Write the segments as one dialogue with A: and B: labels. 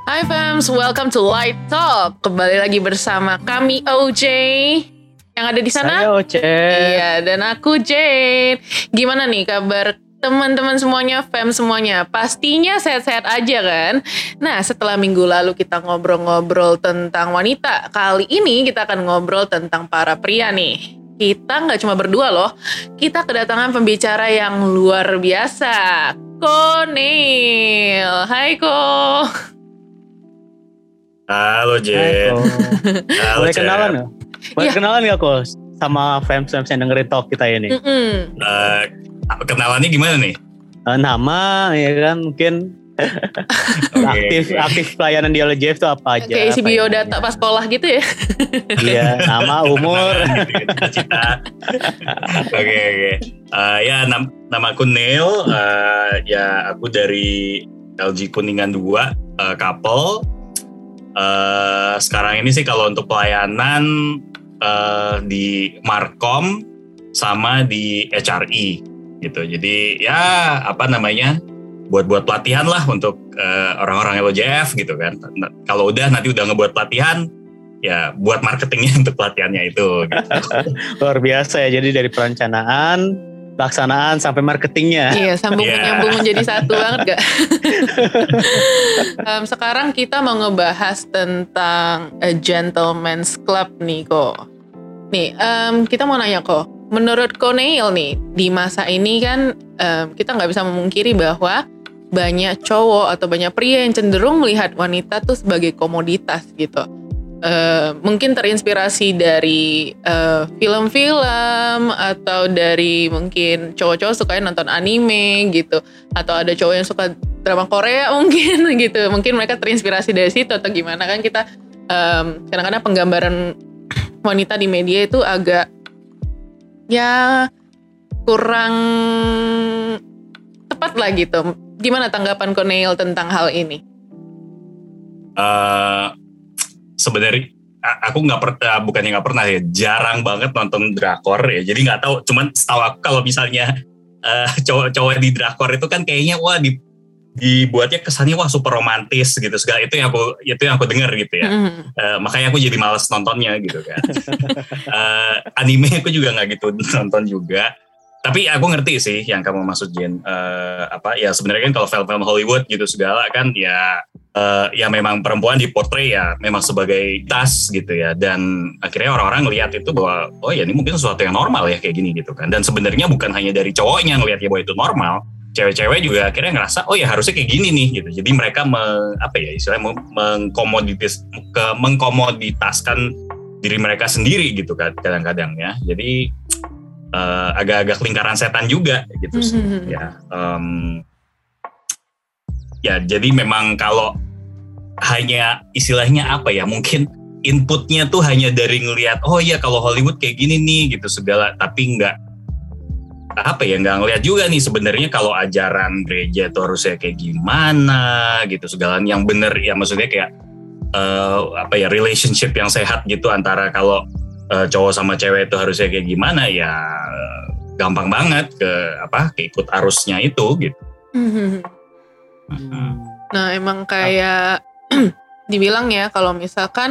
A: Hai fams, welcome to Light Talk. Kembali lagi bersama kami OJ. Yang ada di sana?
B: Saya OJ.
A: Iya, dan aku Jane. Gimana nih kabar teman-teman semuanya, fam semuanya? Pastinya sehat-sehat aja kan? Nah, setelah minggu lalu kita ngobrol-ngobrol tentang wanita, kali ini kita akan ngobrol tentang para pria nih. Kita nggak cuma berdua loh, kita kedatangan pembicara yang luar biasa, Ko Neil. Hai Ko.
C: Halo Jen. Halo
B: Boleh
C: Jen.
B: kenalan ya? Boleh
A: Iya.
B: kenalan gak kok sama fans yang dengerin talk kita ini?
C: Kenalannya gimana nih?
B: Nama ya kan mungkin aktif pelayanan di LJF itu apa aja?
A: Kayak isi
B: apa yang
A: biodata
B: namanya?
A: pas sekolah gitu ya.
B: Iya, nama, umur.
C: Cita-cita. Oke. Ya nama aku Neil. Ya aku dari LG Kuningan 2, couple. Sekarang ini sih kalau untuk pelayanan di Markom sama di HRI gitu. Jadi ya buat pelatihan lah untuk orang-orang LJF gitu kan. Kalau nanti udah ngebuat pelatihan, ya buat marketingnya untuk pelatihannya itu. Gitu.
B: Luar biasa ya. Jadi dari perencanaan, pelaksanaan sampai marketingnya.
A: Iya, sambung-menyambung menjadi satu banget gak? Sekarang kita mau ngebahas tentang A Gentleman's Club nih kok. Nih, kita mau nanya kok. Menurut Ko Neil nih, di masa ini kan kita nggak bisa memungkiri bahwa banyak cowok atau banyak pria yang cenderung melihat wanita tuh sebagai komoditas gitu. Mungkin terinspirasi dari film-film atau dari mungkin cowok-cowok suka nonton anime gitu, atau ada cowok yang suka drama Korea mungkin gitu, mungkin mereka terinspirasi dari situ atau gimana kan. Kita kadang-kadang penggambaran wanita di media itu agak ya kurang tepat lah gitu. Gimana tanggapan Ko Neil tentang hal ini?
C: Sebenarnya aku bukannya nggak pernah ya, jarang banget nonton drakor ya, jadi nggak tahu. Cuman setahu aku kalau misalnya cowok-cowok di drakor itu kan kayaknya dibuatnya kesannya super romantis gitu segala, itu yang aku dengar gitu ya. Makanya aku jadi malas nontonnya gitu kan. Anime aku juga nggak gitu nonton juga. Tapi aku ngerti sih yang kamu maksud Jen. Ya sebenarnya kan kalau film-film Hollywood gitu segala kan ya memang perempuan diportray ya memang sebagai tas gitu ya, dan akhirnya orang-orang ngelihat itu bahwa oh ya ini mungkin sesuatu yang normal ya kayak gini gitu kan. Dan sebenarnya bukan hanya dari cowoknya ngelihatnya bahwa itu normal, cewek-cewek juga akhirnya ngerasa oh ya harusnya kayak gini nih gitu. Jadi mereka mengkomoditaskan diri mereka sendiri gitu kan kadang-kadang ya. Jadi agak-agak lingkaran setan juga gitu sih ya. Ya jadi memang kalau hanya istilahnya mungkin inputnya tuh hanya dari ngelihat oh ya kalau Hollywood kayak gini nih gitu segala, tapi nggak ngelihat juga nih sebenarnya kalau ajaran gereja itu harusnya kayak gimana gitu segala yang bener ya, maksudnya kayak relationship yang sehat gitu antara kalau cowok sama cewek itu harusnya kayak gimana ya, gampang banget keikut arusnya itu gitu.
A: Nah emang kayak dibilang ya kalau misalkan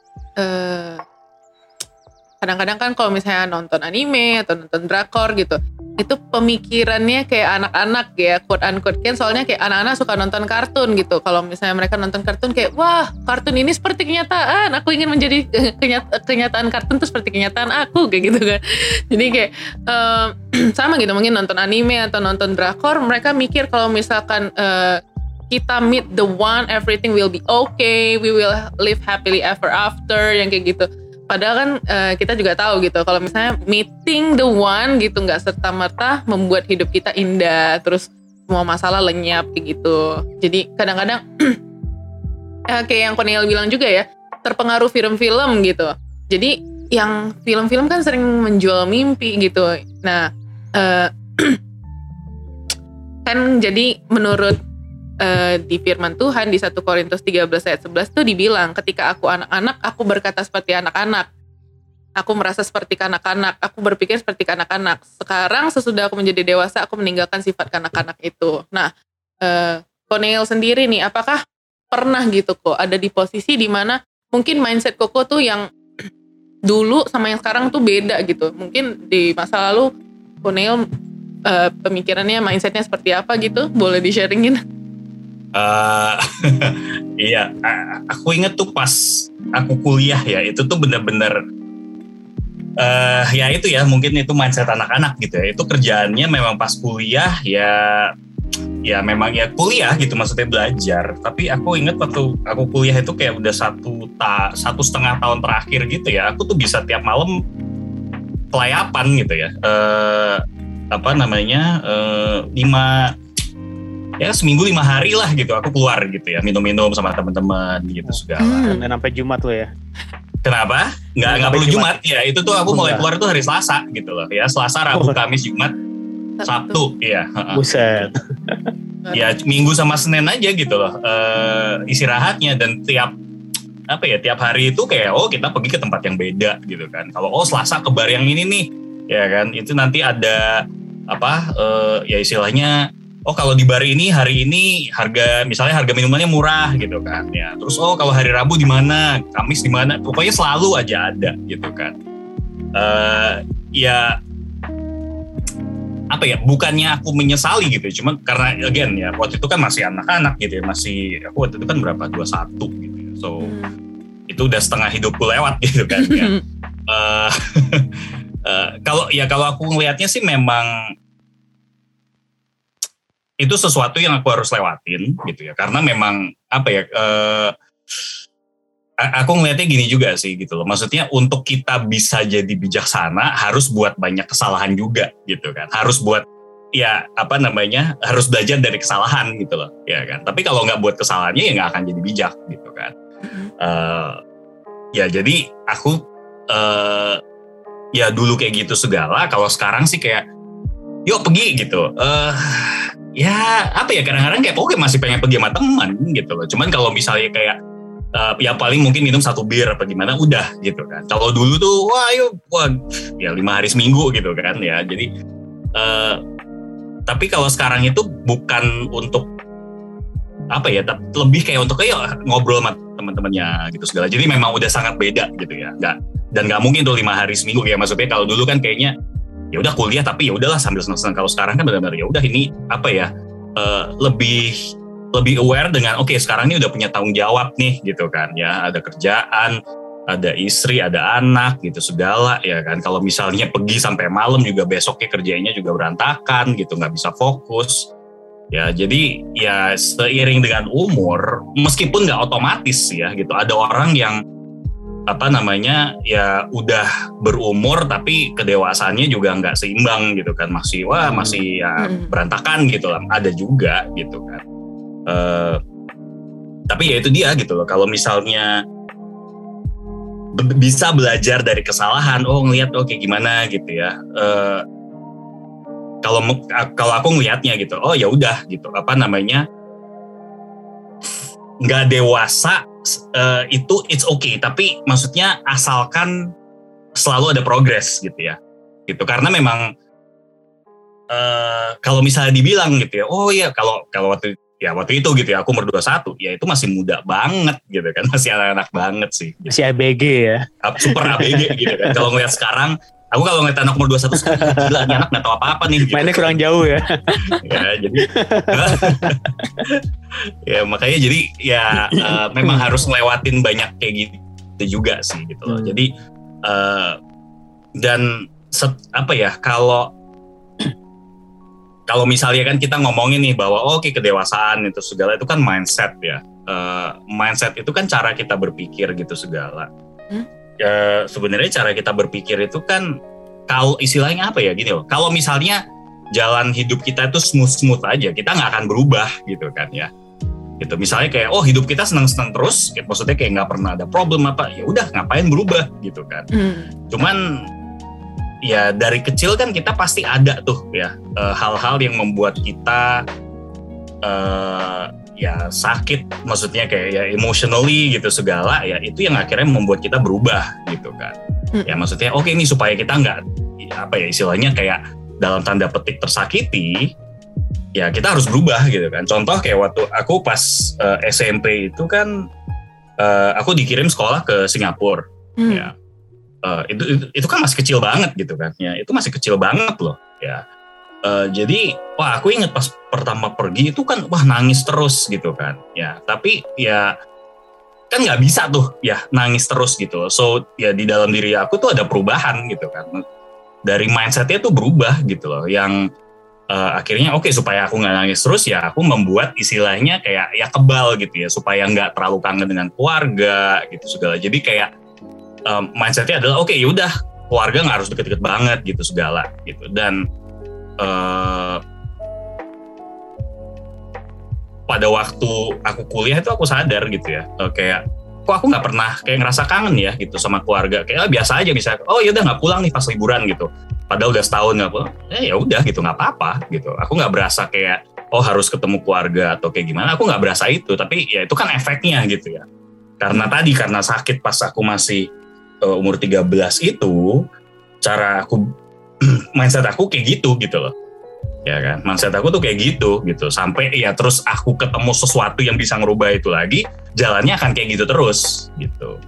A: kadang-kadang kan kalau misalnya nonton anime atau nonton drakor gitu, itu pemikirannya kayak anak-anak ya, quote unquote kan, soalnya kayak anak-anak suka nonton kartun gitu. Kalau misalnya mereka nonton kartun kayak wah kartun ini seperti kenyataan, aku ingin menjadi kenyataan kartun tuh seperti kenyataan aku kayak gitu kan. Jadi kayak sama gitu, mungkin nonton anime atau nonton drakor mereka mikir kalau misalkan kita meet the one, everything will be okay, we will live happily ever after, yang kayak gitu. Padahal kan kita juga tahu gitu kalau misalnya meeting the one gitu nggak serta-merta membuat hidup kita indah, terus semua masalah lenyap kayak gitu. Jadi kadang-kadang kayak yang Ko Neil bilang juga ya, terpengaruh film-film gitu. Jadi yang film-film kan sering menjual mimpi gitu. Nah kan jadi menurut di firman Tuhan di 1 Korintus 13 ayat 11 tuh dibilang, ketika aku anak-anak aku berkata seperti anak-anak, aku merasa seperti kanak-kanak, aku berpikir seperti kanak-kanak. Sekarang sesudah aku menjadi dewasa aku meninggalkan sifat kanak-kanak itu. Nah Ko Neil sendiri nih, apakah pernah gitu kok ada di posisi dimana mungkin mindset Koko tuh yang dulu sama yang sekarang tuh beda gitu. Mungkin di masa lalu Neil pemikirannya, mindsetnya seperti apa gitu? Boleh di-sharingin?
C: Iya, aku inget tuh pas aku kuliah ya, itu tuh bener-bener ya itu ya, mungkin itu mindset anak-anak gitu ya. Itu kerjaannya memang pas kuliah ya memang ya kuliah gitu, maksudnya belajar. Tapi aku inget waktu aku kuliah itu kayak udah 1,5 tahun terakhir gitu ya, aku tuh bisa tiap malam kelayapan gitu ya. Seminggu 5 hari lah gitu aku keluar gitu ya, minum-minum sama teman-teman gitu segala.
B: Dan sampai Jumat lo ya.
C: Kenapa? Nggak perlu Jumat ya, itu tuh aku mulai keluar tuh hari Selasa gitu loh ya, Selasa, Rabu, Kamis, Jumat, Sabtu ya.
B: Buset.
C: Ya Minggu sama Senin aja gitu loh istirahatnya, dan tiap hari itu kayak kita pergi ke tempat yang beda gitu kan. Kalau Selasa ke bar yang ini nih ya kan, itu nanti ada ya istilahnya kalau di bar ini hari ini misalnya harga minumannya murah gitu kan ya. Terus kalau hari Rabu di mana, Kamis di mana, pokoknya selalu aja ada gitu kan. Bukannya aku menyesali gitu, cuma karena again ya waktu itu kan masih anak-anak gitu ya, aku waktu itu kan berapa, 21 gitu ya, so itu udah setengah hidupku lewat gitu kan ya. Kalau aku ngelihatnya sih memang itu sesuatu yang aku harus lewatin gitu ya, karena memang aku ngelihatnya gini juga sih gitu loh, maksudnya untuk kita bisa jadi bijaksana harus buat banyak kesalahan juga gitu kan, harus harus belajar dari kesalahan gitu loh ya kan. Tapi kalau nggak buat kesalahannya ya nggak akan jadi bijak gitu kan. Jadi aku ya dulu kayak gitu segala, kalau sekarang sih kayak yuk pergi gitu. Kadang-kadang kayak masih pengen pergi sama teman gitu loh. Cuman kalau misalnya kayak ya paling mungkin minum 1 bir apa gimana udah gitu kan. Kalau dulu tuh 5 hari seminggu gitu kan ya. Jadi tapi kalau sekarang itu bukan untuk lebih kayak untuk ngobrol sama teman-temannya gitu segala. Jadi memang udah sangat beda gitu ya. Nggak mungkin tuh 5 hari seminggu ya. Maksudnya kalau dulu kan kayaknya ya udah kuliah tapi ya udahlah sambil senang-senang. Kalau sekarang kan benar-benar ya udah ini lebih aware dengan sekarang ini udah punya tanggung jawab nih gitu kan ya, ada kerjaan, ada istri, ada anak gitu segala ya kan. Kalau misalnya pergi sampai malam juga besoknya kerjanya juga berantakan gitu, nggak bisa fokus ya. Jadi ya seiring dengan umur, meskipun nggak otomatis ya gitu, ada orang yang ya udah berumur tapi kedewasaannya juga nggak seimbang gitu kan, masih berantakan gitu lah, ada juga gitu kan. Tapi ya itu dia gitu loh, kalau misalnya bisa belajar dari kesalahan, ngelihat kayak gimana gitu ya. Kalau aku ngelihatnya gitu, ya udah gitu, nggak dewasa itu it's okay, tapi maksudnya asalkan selalu ada progres gitu ya, gitu. Karena memang kalau misalnya dibilang gitu ya, kalau waktu itu gitu ya, aku umur 21 ya, itu masih muda banget gitu kan, masih anak-anak banget sih gitu.
B: Masih ABG ya,
C: super ABG gitu kan. Kalau ngeliat sekarang, aku kalau ngeliat anak umur 21 sekarang, gila ini anak gak tahu apa-apa nih gitu.
B: Mainnya kurang jauh ya.
C: Ya jadi ya makanya jadi ya memang harus ngelewatin banyak kayak gitu juga sih gitu loh. Jadi dan kalau misalnya kan kita ngomongin nih bahwa kedewasaan itu segala itu kan mindset ya. Mindset itu kan cara kita berpikir gitu segala. Sebenarnya cara kita berpikir itu kan, kalau istilahnya gini loh. Kalau misalnya jalan hidup kita itu smooth aja, kita nggak akan berubah gitu kan ya. Gitu. Misalnya kayak hidup kita senang-senang terus, maksudnya kayak nggak pernah ada problem ya udah ngapain berubah gitu kan. Cuman ya dari kecil kan kita pasti ada tuh ya hal-hal yang membuat kita ya sakit, maksudnya kayak ya emotionally gitu segala ya, itu yang akhirnya membuat kita berubah gitu kan. Ya maksudnya ini supaya kita nggak istilahnya kayak dalam tanda petik tersakiti ya kita harus berubah gitu kan. Contoh kayak waktu aku pas SMP itu kan aku dikirim sekolah ke Singapura. Ya. Itu kan masih kecil banget gitu kan. Ya, itu masih kecil banget loh. Ya. Jadi aku inget pas pertama pergi itu kan nangis terus gitu kan. Ya, tapi ya kan nggak bisa tuh ya nangis terus gitu. So ya di dalam diri aku tuh ada perubahan gitu kan. Dari mindsetnya tuh berubah gitu loh. Yang akhirnya supaya aku nggak nangis terus ya aku membuat istilahnya kayak ya kebal gitu ya supaya nggak terlalu kangen dengan keluarga gitu segala. Jadi kayak mindsetnya adalah yaudah keluarga nggak harus deket-deket banget gitu segala gitu. Dan pada waktu aku kuliah itu aku sadar gitu ya kayak kok aku nggak pernah kayak ngerasa kangen ya gitu sama keluarga, kayak biasa aja bisa yaudah nggak pulang nih pas liburan gitu padahal udah setahun nggak pulang ya udah gitu nggak apa-apa gitu, aku nggak berasa kayak harus ketemu keluarga atau kayak gimana, aku nggak berasa itu, tapi ya itu kan efeknya gitu ya karena sakit pas aku masih umur 13 itu cara aku mindset aku kayak gitu loh. Ya kan, mindset aku tuh kayak gitu sampai ya terus aku ketemu sesuatu yang bisa ngerubah itu lagi, jalannya akan kayak gitu terus gitu.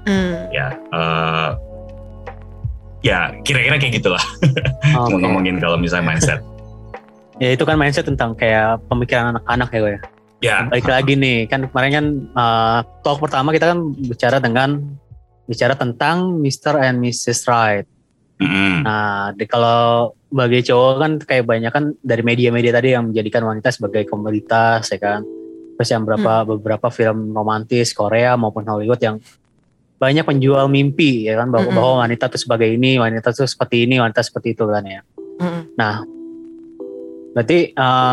C: Ya kira-kira kayak gitulah. Ngomongin kalau misalnya mindset.
B: Ya itu kan mindset tentang kayak pemikiran anak-anak ya gue ya.
C: Ya.
B: Balik lagi nih kan kemarin kan talk pertama kita kan bicara tentang Mr. and Mrs. Right. Nah, kalau bagi cowok kan kayak banyak kan dari media-media tadi yang menjadikan wanita sebagai komoditas ya kan. Terus yang beberapa film romantis Korea maupun Hollywood yang banyak penjual mimpi ya kan bahwa wanita tuh sebagai ini, wanita tuh seperti ini, wanita seperti itu kan ya. Nah, berarti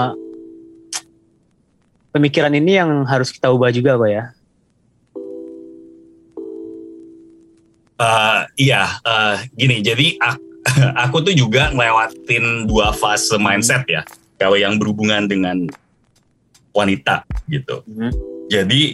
B: pemikiran ini yang harus kita ubah juga Pak ya.
C: Gini, jadi aku tuh juga ngelewatin 2 fase mindset ya, kalau yang berhubungan dengan wanita gitu. Jadi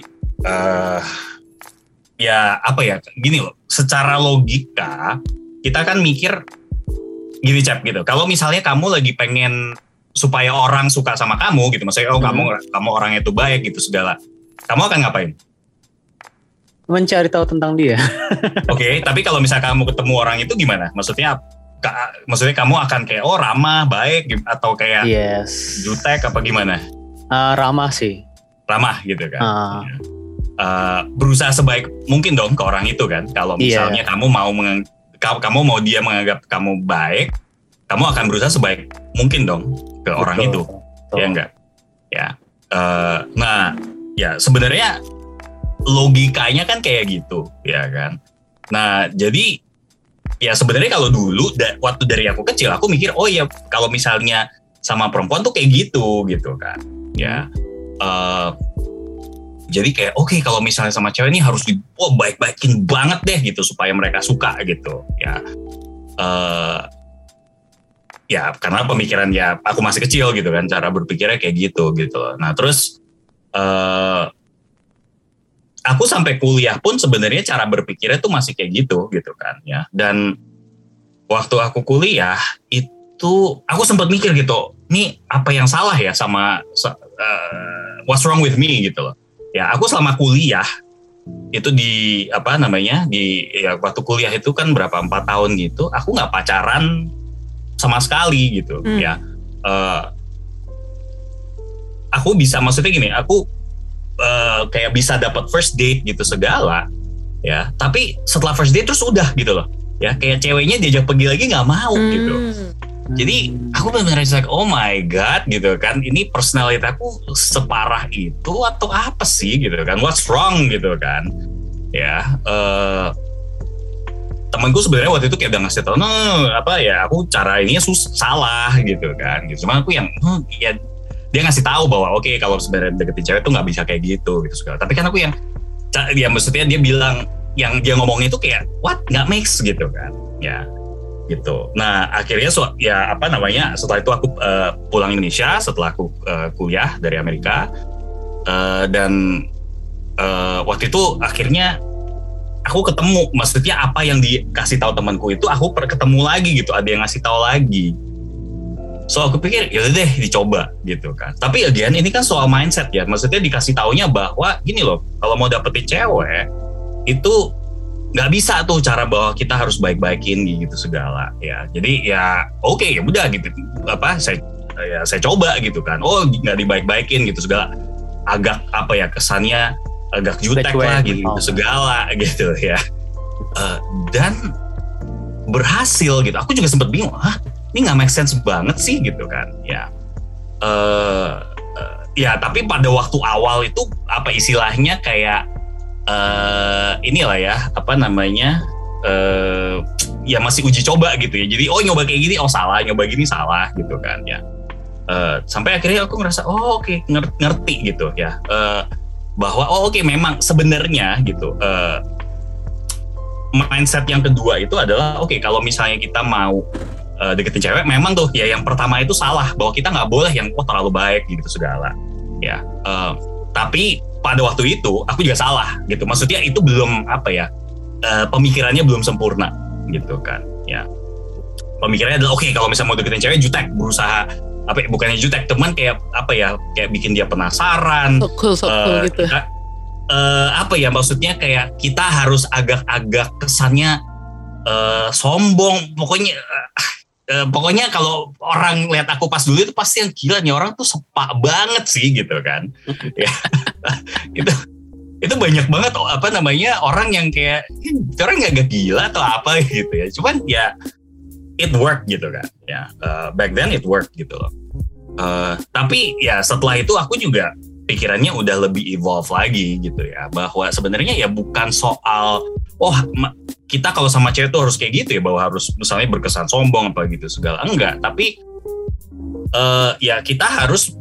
C: gini loh, secara logika kita kan mikir gini Cap gitu, kalau misalnya kamu lagi pengen supaya orang suka sama kamu gitu, maksudnya kamu orangnya tuh baik gitu segala, kamu akan ngapain?
B: Mencari tahu tentang dia.
C: Oke, tapi kalau misalnya kamu ketemu orang itu gimana? Maksudnya kamu akan kayak ramah, baik atau kayak jutek apa gimana?
B: Ramah sih.
C: Ramah gitu kan. Berusaha sebaik mungkin dong ke orang itu kan. Kalau misalnya kamu mau dia menganggap kamu baik, kamu akan berusaha sebaik mungkin dong ke orang itu. Ya enggak? Ya. Nah, ya sebenarnya logikanya kan kayak gitu, ya kan. Nah, jadi ya sebenarnya kalau dulu waktu dari aku kecil aku mikir kalau misalnya sama perempuan tuh kayak gitu kan. Ya. Jadi kayak kalau misalnya sama cewek ini harus baik-baikin banget deh gitu supaya mereka suka gitu. Ya. Ya karena pemikiran ya aku masih kecil gitu kan, cara berpikirnya kayak gitu. Nah, terus aku sampai kuliah pun sebenarnya cara berpikirnya tuh masih kayak gitu kan ya. Dan waktu aku kuliah itu aku sempat mikir gitu, nih apa yang salah ya sama what's wrong with me gitu loh. Ya aku selama kuliah itu waktu kuliah itu kan 4 tahun gitu, aku nggak pacaran sama sekali gitu ya. Aku bisa, maksudnya gini, aku kayak bisa dapat first date gitu segala ya, tapi setelah first date terus udah gitu loh ya, kayak ceweknya diajak pergi lagi nggak mau gitu. Jadi aku benar-benar like oh my god gitu kan, ini personality aku separah itu atau apa sih gitu kan, what's wrong gitu kan ya. Temanku sebenarnya waktu itu kayak udah ngasih tau aku cara ininya salah gitu kan gitu, cuma aku yang ya dia ngasih tahu bahwa kalau sebenarnya deketin cewek tuh nggak bisa kayak gitu segala. Tapi kan aku yang maksudnya dia bilang, yang dia ngomongnya itu kayak what, nggak makes gitu kan ya gitu. Nah akhirnya setelah itu aku pulang Indonesia setelah aku kuliah dari Amerika, dan waktu itu akhirnya aku ketemu, maksudnya apa yang dikasih tahu temanku itu aku ketemu lagi gitu, ada yang ngasih tahu lagi. So aku pikir ya deh dicoba gitu kan. Tapi again ini kan soal mindset ya. Maksudnya dikasih taunya bahwa gini loh, kalau mau dapetin cewek itu nggak bisa tuh cara bahwa kita harus baik-baikin gitu segala ya. Jadi ya oke, ya udah gitu. Saya coba gitu kan. Oh nggak dibaik-baikin gitu segala. Agak kesannya agak jutek lah gitu segala gitu ya. Dan berhasil gitu. Aku juga sempat bingung, ini nggak make sense banget sih gitu kan ya. Ya tapi pada waktu awal itu istilahnya kayak inilah ya ya masih uji coba gitu ya. Jadi nyoba kayak gini salah, nyoba gini salah gitu kan ya. Sampai akhirnya aku ngerasa oke, ngerti gitu ya, bahwa memang sebenarnya gitu mindset yang kedua itu adalah kalau misalnya kita mau deketin cewek, memang tuh ya yang pertama itu salah, bahwa kita nggak boleh yang terlalu baik gitu segala ya. Tapi pada waktu itu aku juga salah gitu, maksudnya itu belum pemikirannya belum sempurna gitu kan ya. Pemikirannya adalah kalau misalnya mau deketin cewek jutek, berusaha bukannya jutek, teman kayak kayak bikin dia penasaran,
A: so cool gitu.
C: Maksudnya kayak kita harus agak-agak kesannya sombong, pokoknya kalau orang lihat aku pas dulu itu pasti yang gila nih orang tuh sepak banget sih gitu kan. Ya. itu banyak banget orang yang kayak orang nggak gila atau apa gitu ya. Cuman ya it worked gitu kan. Ya back then it worked gitu loh. Tapi ya setelah itu aku juga pikirannya udah lebih evolve lagi gitu ya, bahwa sebenarnya ya bukan soal kita kalau sama cewek tuh harus kayak gitu ya, bahwa harus misalnya berkesan sombong apa gitu segala, enggak. Tapi ya kita harus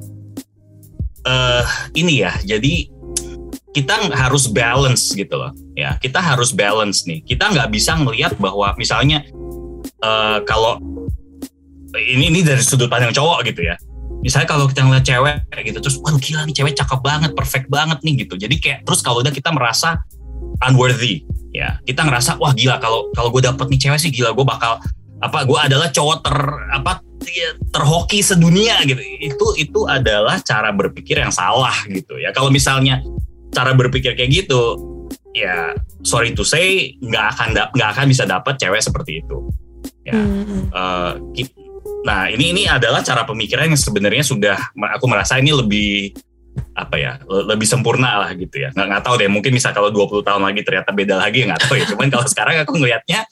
C: jadi kita harus balance gitu loh ya. Kita harus balance nih, kita nggak bisa ngelihat bahwa misalnya kalau ini dari sudut pandang cowok gitu ya. Misalnya kalau kita ngeliat cewek kayak gitu, terus waduh gila nih cewek cakep banget, perfect banget nih gitu. Jadi kayak terus kalau udah kita merasa unworthy ya, kita ngerasa wah gila kalau gue dapet nih cewek sih gila, gue bakal gue adalah cowok terhoki sedunia gitu. Itu adalah cara berpikir yang salah gitu ya. Kalau misalnya cara berpikir kayak gitu ya, sorry to say nggak akan bisa dapet cewek seperti itu ya. Nah ini adalah cara pemikiran yang sebenarnya sudah aku merasa ini lebih lebih sempurna lah gitu ya. Nggak tahu deh, mungkin bisa kalau 20 tahun lagi ternyata beda lagi, nggak tahu ya. Cuman kalau sekarang aku ngelihatnya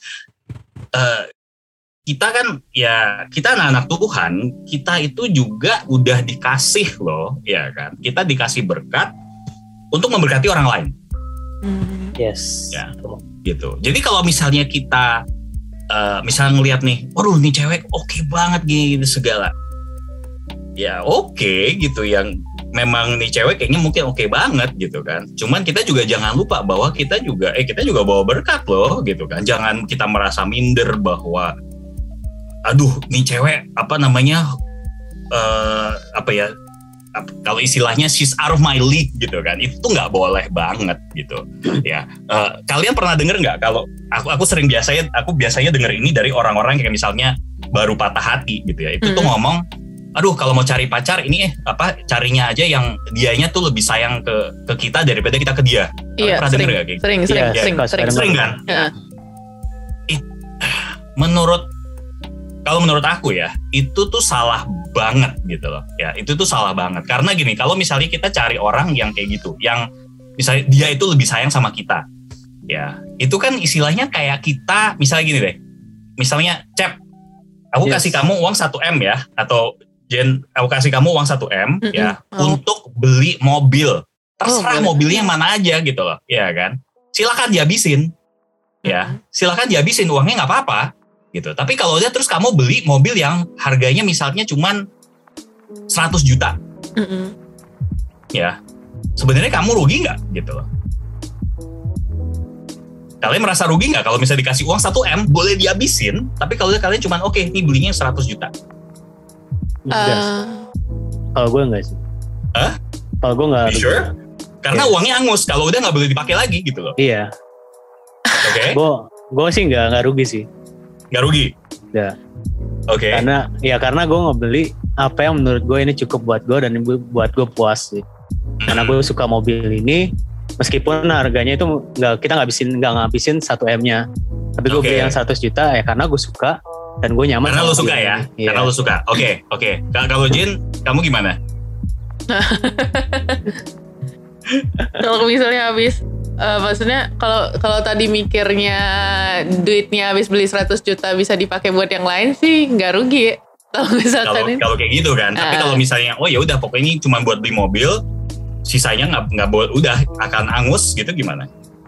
C: kita kan ya, kita anak-anak Tuhan, kita itu juga udah dikasih loh ya kan. Kita dikasih berkat untuk memberkati orang lain.
B: Yes
C: ya, gitu. Jadi kalau misalnya kita misalnya ngelihat nih, waduh nih cewek oke banget gitu segala. Ya oke gitu, yang memang nih cewek kayaknya mungkin oke banget gitu kan. Cuman kita juga jangan lupa bahwa kita juga bawa berkat loh gitu kan. Jangan kita merasa minder bahwa aduh nih cewek kalau istilahnya she's out of my league gitu kan, itu tuh nggak boleh banget gitu ya. Kalian pernah denger nggak kalau aku biasanya denger ini dari orang-orang yang misalnya baru patah hati gitu ya, itu tuh ngomong, aduh kalau mau cari pacar ini carinya aja yang dianya tuh lebih sayang ke kita daripada kita ke dia.
A: Iya,
C: pernah denger nggak kayak gitu? Sering kan? Ya. Kalau menurut aku ya, itu tuh salah banget gitu loh. Ya, itu tuh salah banget. Karena gini, kalau misalnya kita cari orang yang kayak gitu, yang misalnya dia itu lebih sayang sama kita. Ya, itu kan istilahnya kayak kita, misalnya gini deh. Misalnya, Cep, aku kasih kamu uang 1M ya, atau Jen, aku kasih kamu uang 1M ya, untuk beli mobil. Terserah mobilnya yang mana aja gitu loh, ya kan. Silakan dihabisin. Ya, silakan dihabisin, uangnya nggak apa-apa. Gitu. Tapi kalau udah terus kamu beli mobil yang harganya misalnya cuman 100 juta. Ya. Sebenarnya kamu rugi nggak gitu loh. Kalian merasa rugi nggak kalau misalnya dikasih uang 1M boleh dihabisin, tapi kalau kalian cuman oke, ini belinya 100 juta.
B: Kalau gue enggak sih. Kalau gue enggak.
C: Sure? Karena uangnya hangus, kalau udah nggak boleh dipakai lagi gitu loh.
B: Iya.
C: Oke.
B: Gue sih nggak rugi sih.
C: Nggak rugi?
B: Ya.
C: Oke.
B: Karena gue ngebeli apa yang menurut gue ini cukup buat gue dan buat gue puas sih. Karena gue suka mobil ini, meskipun harganya itu kita nggak ngabisin 1M-nya, tapi gue beli yang 100 juta ya karena gue suka dan gue nyaman.
C: Karena lo suka ya? Iya. Karena lo suka. Oke. Kalau Jin, kamu gimana?
A: Kalau misalnya habis, maksudnya kalau tadi mikirnya duitnya habis beli 100 juta bisa dipakai buat yang lain sih nggak rugi. Kalau
C: kayak gitu kan. Tapi kalau misalnya ya udah pokoknya ini cuma buat beli mobil, sisanya nggak buat, udah akan angus gitu, gimana?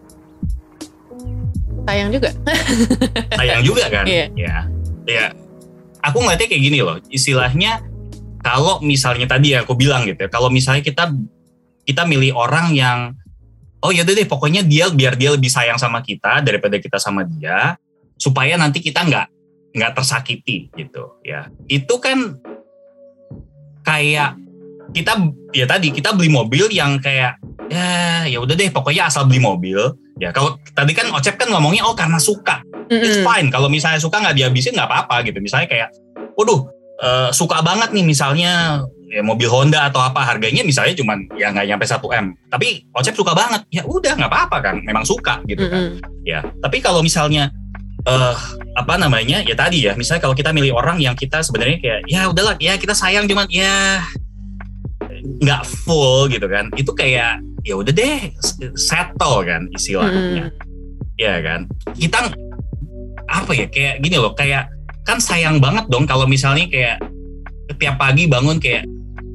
A: Sayang juga.
C: Sayang juga kan?
A: Iya.
C: Ya. Aku ngeliatnya kayak gini loh. Istilahnya kalau misalnya tadi aku bilang gitu ya, kalau misalnya kita milih orang yang yaudah deh pokoknya biar dia lebih sayang sama kita daripada kita sama dia, supaya nanti kita nggak tersakiti gitu ya. Itu kan kayak kita beli mobil yang kayak ya udah deh pokoknya asal beli mobil ya. Kalau tadi kan Ocep kan ngomongnya karena suka, it's fine. Kalau misalnya suka nggak dihabisin nggak apa-apa gitu. Misalnya kayak suka banget nih misalnya ya mobil Honda atau apa, harganya misalnya cuman ya nggak nyampe 1M, tapi Ocep suka banget, ya udah nggak apa-apa kan, memang suka gitu kan. Ya tapi kalau misalnya ya tadi ya, misalnya kalau kita milih orang yang kita sebenarnya kayak ya udahlah ya kita sayang cuman ya nggak full gitu kan, itu kayak ya udah deh settle kan istilahnya. Ya kan, kita apa ya kayak gini loh, kayak kan sayang banget dong kalau misalnya kayak tiap pagi bangun kayak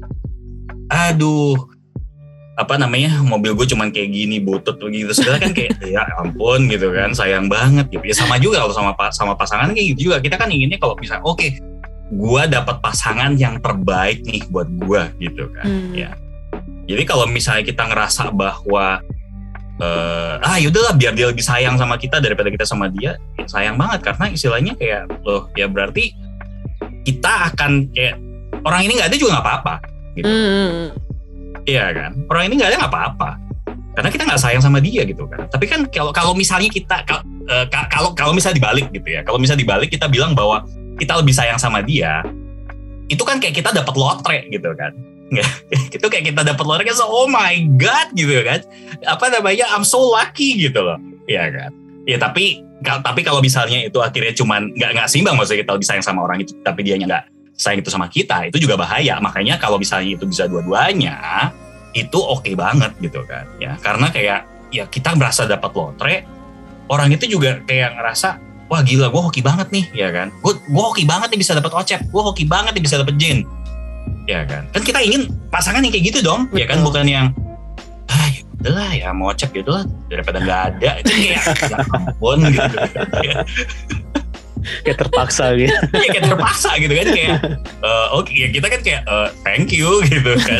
C: mobil gue cuman kayak gini butut begitu segala kan kayak ya ampun gitu kan, sayang banget gitu. Ya sama juga kalau sama pasangan kayak gitu juga, kita kan inginnya kalau misalnya gue dapat pasangan yang terbaik nih buat gue gitu kan. Ya jadi kalau misalnya kita ngerasa bahwa yaudahlah biar dia lebih sayang sama kita daripada kita sama dia, ya sayang banget karena istilahnya kayak ya berarti kita akan kayak orang ini nggak ada juga nggak apa-apa gitu. Iya kan, orang ini nggak ada nggak apa-apa karena kita nggak sayang sama dia gitu kan. Tapi kan kalau misalnya kita kalau misalnya dibalik gitu ya, kalau misalnya dibalik kita bilang bahwa kita lebih sayang sama dia, itu kan kayak kita dapat lotre gitu kan. Itu kayak kita dapat lotre kan, oh my god gitu kan, I'm so lucky gitu loh, iya kan. Ya tapi kalau misalnya itu akhirnya cuman nggak seimbang, maksudnya kita lebih sayang sama orang itu tapi dianya nggak sayang itu sama kita, itu juga bahaya. Makanya kalau misalnya itu bisa dua-duanya, itu oke banget gitu kan ya, karena kayak ya kita merasa dapat lotre, orang itu juga kayak ngerasa wah gila gue hoki banget nih ya kan, gue hoki banget nih bisa dapat Ocep, gue hoki banget nih bisa dapat Jin ya kan kita ingin pasangan yang kayak gitu dong. Betul. Ya kan, bukan yang ya udahlah ya mau Ocep ya udahlah daripada nggak ada, itu kayak ya ampun gitu ya.
B: Kayak terpaksa gitu.
C: Ya kayak terpaksa gitu kan, kayak ya kita kan kayak thank you gitu kan.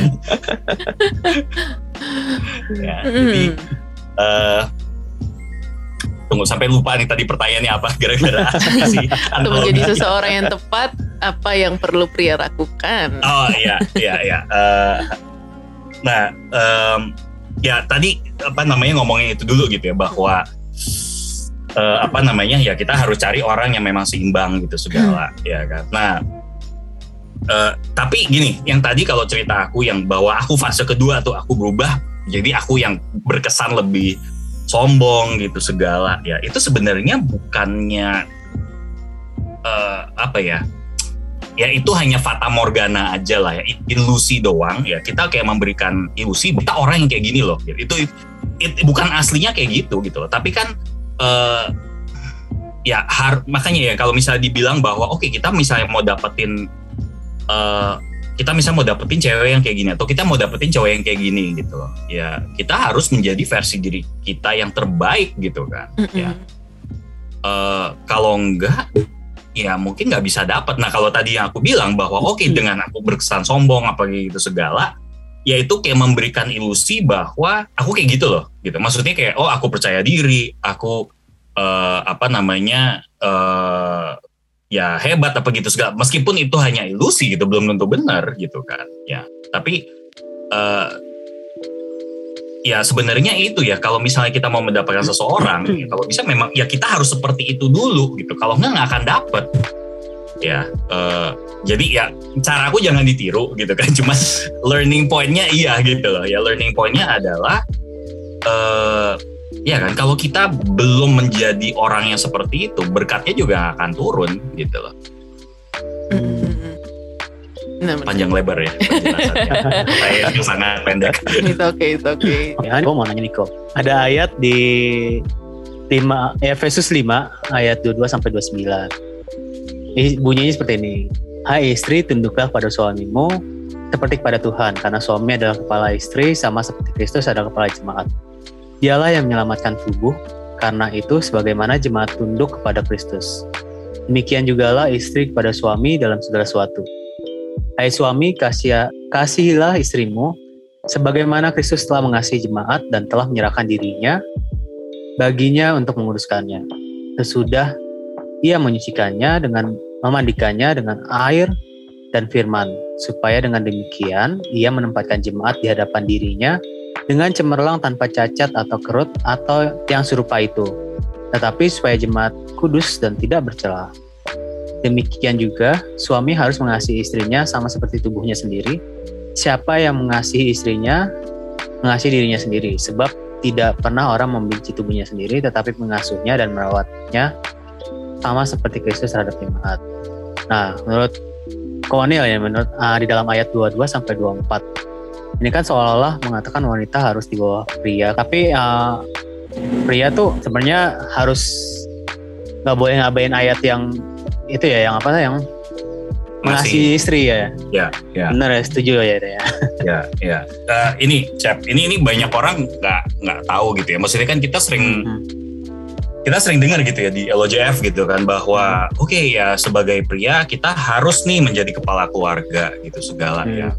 C: Ya, jadi tunggu sampai lupa nih tadi pertanyaannya apa, gara-gara sih.
A: Untuk menjadi seseorang yang tepat, apa yang perlu pria lakukan?
C: Oh iya. Ya tadi ngomongin itu dulu gitu ya, bahwa ya kita harus cari orang yang memang seimbang gitu segala ya kan. Nah tapi gini, yang tadi kalau cerita aku yang bahwa aku fase kedua tuh aku berubah jadi aku yang berkesan lebih sombong gitu segala ya, itu sebenarnya bukannya ya itu hanya fata morgana aja lah ya, ilusi doang ya. Kita kayak memberikan ilusi kita orang yang kayak gini loh gitu. Itu bukan aslinya kayak gitu loh. Tapi kan makanya ya kalau misalnya dibilang bahwa kita misalnya mau dapetin cewek yang kayak gini atau kita mau dapetin cowok yang kayak gini gitu loh ya, kita harus menjadi versi diri kita yang terbaik gitu kan. Ya kalau enggak ya mungkin nggak bisa dapat. Nah kalau tadi yang aku bilang bahwa dengan aku berkesan sombong apa gitu segala, ya itu kayak memberikan ilusi bahwa aku kayak gitu loh gitu. Maksudnya kayak aku percaya diri, aku ya hebat apa gitu segala, meskipun itu hanya ilusi gitu, belum tentu benar gitu kan ya. Tapi ya sebenarnya itu ya, kalau misalnya kita mau mendapatkan seseorang ya, kalau bisa memang ya kita harus seperti itu dulu gitu, kalau nggak akan dapet ya. Jadi ya cara aku jangan ditiru gitu kan. Cuma learning point-nya iya gitu loh. Ya learning point-nya adalah ya kan kalau kita belum menjadi orang yang seperti itu, berkatnya juga akan turun gitu loh. Panjang lebar ya penjelasannya. Saya itu sangat pendek.
A: It's okay.
B: Ya, gue mau nanya Niko. Ada ayat di Efesus 5 ayat 22 sampai 29. Bunyinya seperti ini. Hai istri, tunduklah pada suamimu seperti kepada Tuhan, karena suami adalah kepala istri sama seperti Kristus adalah kepala jemaat. Dialah yang menyelamatkan tubuh, karena itu sebagaimana jemaat tunduk kepada Kristus. Demikian jugalah istri kepada suami dalam segala sesuatu. Hai suami, kasihilah istrimu, sebagaimana Kristus telah mengasihi jemaat dan telah menyerahkan dirinya baginya untuk menguruskannya. Sesudah ia menyucikannya dengan memandikannya dengan air dan firman, supaya dengan demikian ia menempatkan jemaat di hadapan dirinya dengan cemerlang tanpa cacat atau kerut atau yang serupa itu, tetapi supaya jemaat kudus dan tidak bercela. Demikian juga, suami harus mengasihi istrinya sama seperti tubuhnya sendiri. Siapa yang mengasihi istrinya, mengasihi dirinya sendiri. Sebab tidak pernah orang membenci tubuhnya sendiri, tetapi mengasuhnya dan merawatnya sama seperti Kristus terhadap jemaat. Nah, menurut Koanil ya, menurut di dalam ayat 22 sampai 24, ini kan seolah-olah mengatakan wanita harus di bawah pria. Tapi pria tuh sebenarnya harus nggak boleh ngabain ayat yang itu ya, yang apa yang mengasihi istri ya.
C: Ya.
B: Benar ya, setuju ya.
C: Ya. Ini Cep, ini banyak orang nggak tahu gitu ya. Maksudnya kan kita sering dengar gitu ya di LOJF gitu kan, bahwa oke, ya sebagai pria kita harus nih menjadi kepala keluarga gitu segala ya.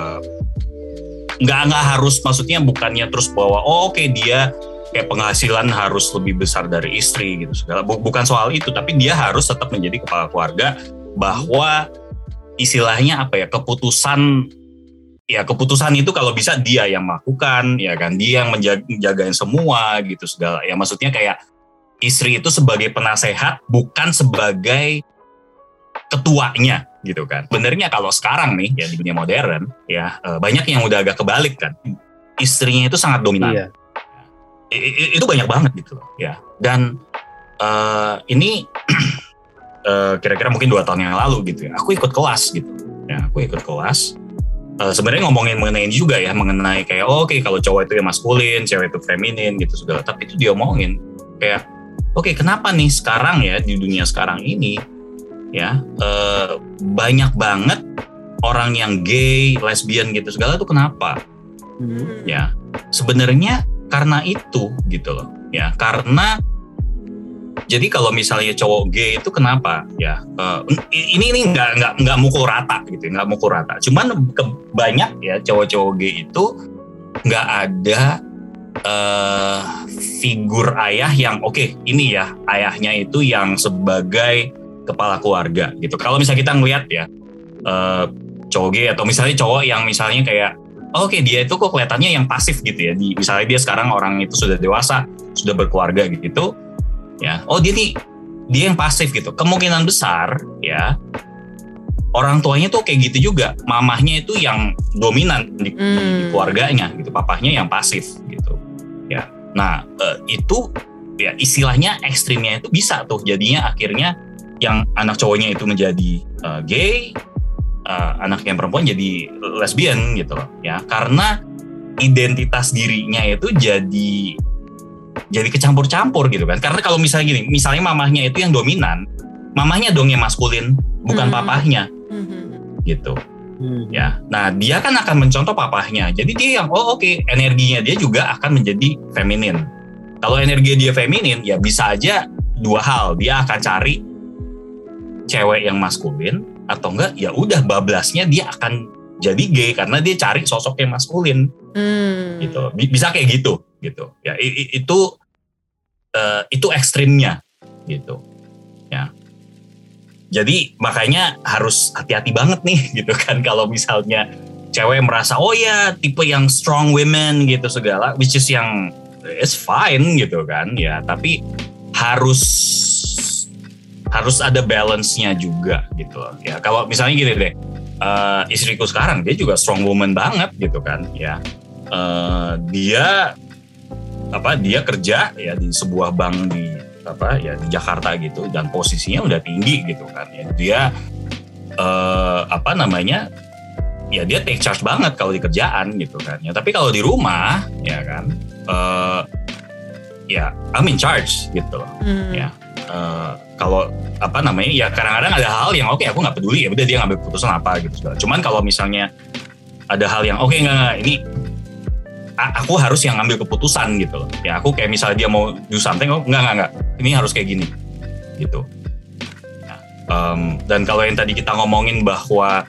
C: Nggak harus, maksudnya bukannya terus bahwa dia kayak penghasilan harus lebih besar dari istri gitu segala. Bukan soal itu, tapi dia harus tetap menjadi kepala keluarga, bahwa istilahnya apa ya, keputusan itu kalau bisa dia yang melakukan ya kan, dia yang menjagain semua gitu segala ya. Maksudnya kayak istri itu sebagai penasehat, bukan sebagai ketuanya gitu kan. Benernya kalau sekarang nih ya di dunia modern ya, banyak yang udah agak kebalik kan, istrinya itu sangat dominan. Iya. Itu banyak banget gitu loh ya. Dan ini kira-kira mungkin 2 tahun yang lalu gitu ya, aku ikut kelas gitu ya, sebenarnya ngomongin mengenai juga ya, mengenai kayak kalau cowok itu ya maskulin, cewek itu feminin gitu segala. Tapi itu dia omongin kayak kenapa nih sekarang ya, di dunia sekarang ini ya, banyak banget orang yang gay, lesbian gitu segala tuh kenapa? Ya sebenarnya karena itu gitu loh ya, karena jadi kalau misalnya cowok gay itu kenapa ya, ini nggak mukul rata gitu, nggak mukul rata, cuman banyak ya cowok-cowok gay itu nggak ada figur ayah yang ini ya, ayahnya itu yang sebagai kepala keluarga gitu. Kalau misalnya kita ngeliat ya cowok gay atau misalnya cowok yang misalnya kayak dia itu kok kelihatannya yang pasif gitu ya, misalnya dia sekarang orang itu sudah dewasa, sudah berkeluarga gitu ya, dia yang pasif gitu. Kemungkinan besar ya orang tuanya tuh kayak gitu juga, mamahnya itu yang dominan di keluarganya gitu, papahnya yang pasif gitu ya. Nah itu ya istilahnya ekstrimnya itu bisa tuh jadinya akhirnya yang anak cowoknya itu menjadi gay, anak yang perempuan jadi lesbian gitu loh ya, karena identitas dirinya itu jadi kecampur-campur gitu kan. Karena kalau misalnya mamahnya itu yang dominan, mamahnya dong yang maskulin, bukan papahnya gitu ya. Nah dia kan akan mencontoh papahnya, jadi dia yang energinya dia juga akan menjadi feminin. Kalau energi dia feminin ya bisa aja 2 hal, dia akan cari cewek yang maskulin, atau enggak ya udah bablasnya dia akan jadi gay karena dia cari sosok yang maskulin gitu. Bisa kayak gitu ya. Itu ekstrimnya gitu ya. Jadi makanya harus hati-hati banget nih gitu kan, kalau misalnya cewek merasa tipe yang strong women gitu segala, which is yang it's fine gitu kan ya, tapi harus harus ada balance-nya juga gitu loh. Ya kalau misalnya gini deh, istriku sekarang dia juga strong woman banget gitu kan ya. Dia kerja ya di sebuah bank di Jakarta gitu, dan posisinya udah tinggi gitu kan ya. Dia ya dia take charge banget kalau di kerjaan gitu kan ya. Tapi kalau di rumah ya kan ya I'm in charge gitu loh. Ya kalau ya kadang-kadang ada hal yang oke, aku nggak peduli, ya udah dia ngambil keputusan apa gitu segala. Cuman kalau misalnya ada hal yang enggak, ini aku harus yang ngambil keputusan gitu loh. Ya aku kayak misalnya dia mau do something, enggak, ini harus kayak gini gitu. Nah, dan kalau yang tadi kita ngomongin bahwa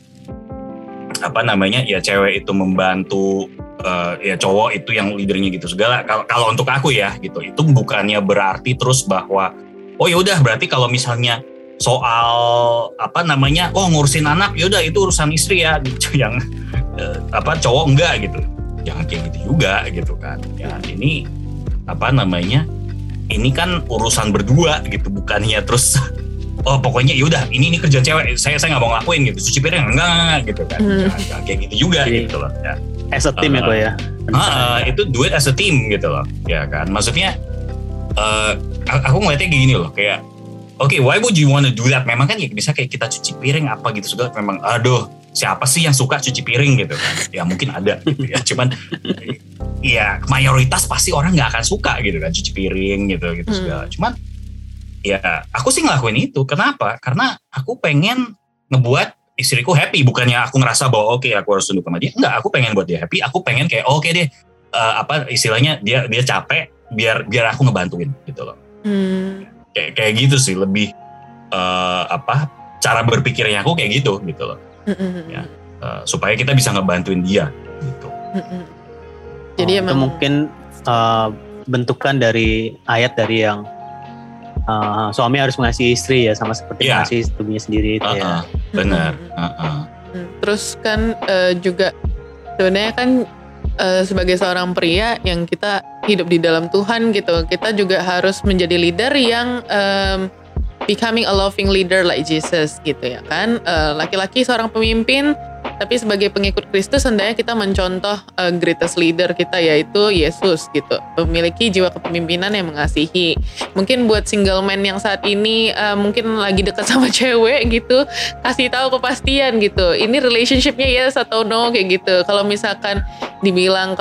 C: ya cewek itu membantu ya cowok itu yang leadernya gitu segala. Kalau untuk aku ya gitu, itu bukannya berarti terus bahwa ya udah berarti kalau misalnya soal ngurusin anak, ya udah itu urusan istri ya gitu, yang cowok enggak gitu. Jangan kayak gitu juga gitu kan. Ya ini ini kan urusan berdua gitu, bukannya terus pokoknya yaudah ini kerjaan cewek, saya nggak mau ngelakuin gitu, cuci piring enggak gitu kan. Jangan kayak gitu juga. Jadi, gitu loh ya.
B: As a team ya.
C: Itu do it as a team gitu loh ya kan. Maksudnya aku ngeliatnya gini loh, kayak why would you want to do that? Memang kan ya bisa kayak kita cuci piring apa gitu segala, memang siapa sih yang suka cuci piring gitu kan? Ya mungkin ada gitu ya. Cuman ya mayoritas pasti orang nggak akan suka gitu kan cuci piring gitu segala. Cuman ya aku sih ngelakuin itu. Kenapa? Karena aku pengen ngebuat istriku happy. Bukannya aku ngerasa bahwa aku harus tunduk sama dia. Enggak, aku pengen buat dia happy. Aku pengen kayak deh istilahnya dia capek biar aku ngebantuin gitu loh. Kayak gitu sih, lebih cara berpikirnya aku kayak gitu loh. Ya, supaya kita bisa ngebantuin dia gitu.
B: Jadi itu mungkin bentukan dari ayat dari yang suami harus mengasihi istri ya, sama seperti mengasihi istrinya sendiri itu ya.
C: Benar.
A: Terus kan juga sebenarnya kan sebagai seorang pria yang kita hidup di dalam Tuhan gitu, kita juga harus menjadi leader yang becoming a loving leader like Jesus gitu ya kan. Laki-laki seorang pemimpin, tapi sebagai pengikut Kristus hendaknya kita mencontoh greatest leader kita, yaitu Yesus gitu. Memiliki jiwa kepemimpinan yang mengasihi. Mungkin buat single man yang saat ini mungkin lagi dekat sama cewek gitu, kasih tahu kepastian gitu. Ini relationshipnya yes atau no kayak gitu. Kalau misalkan dibilang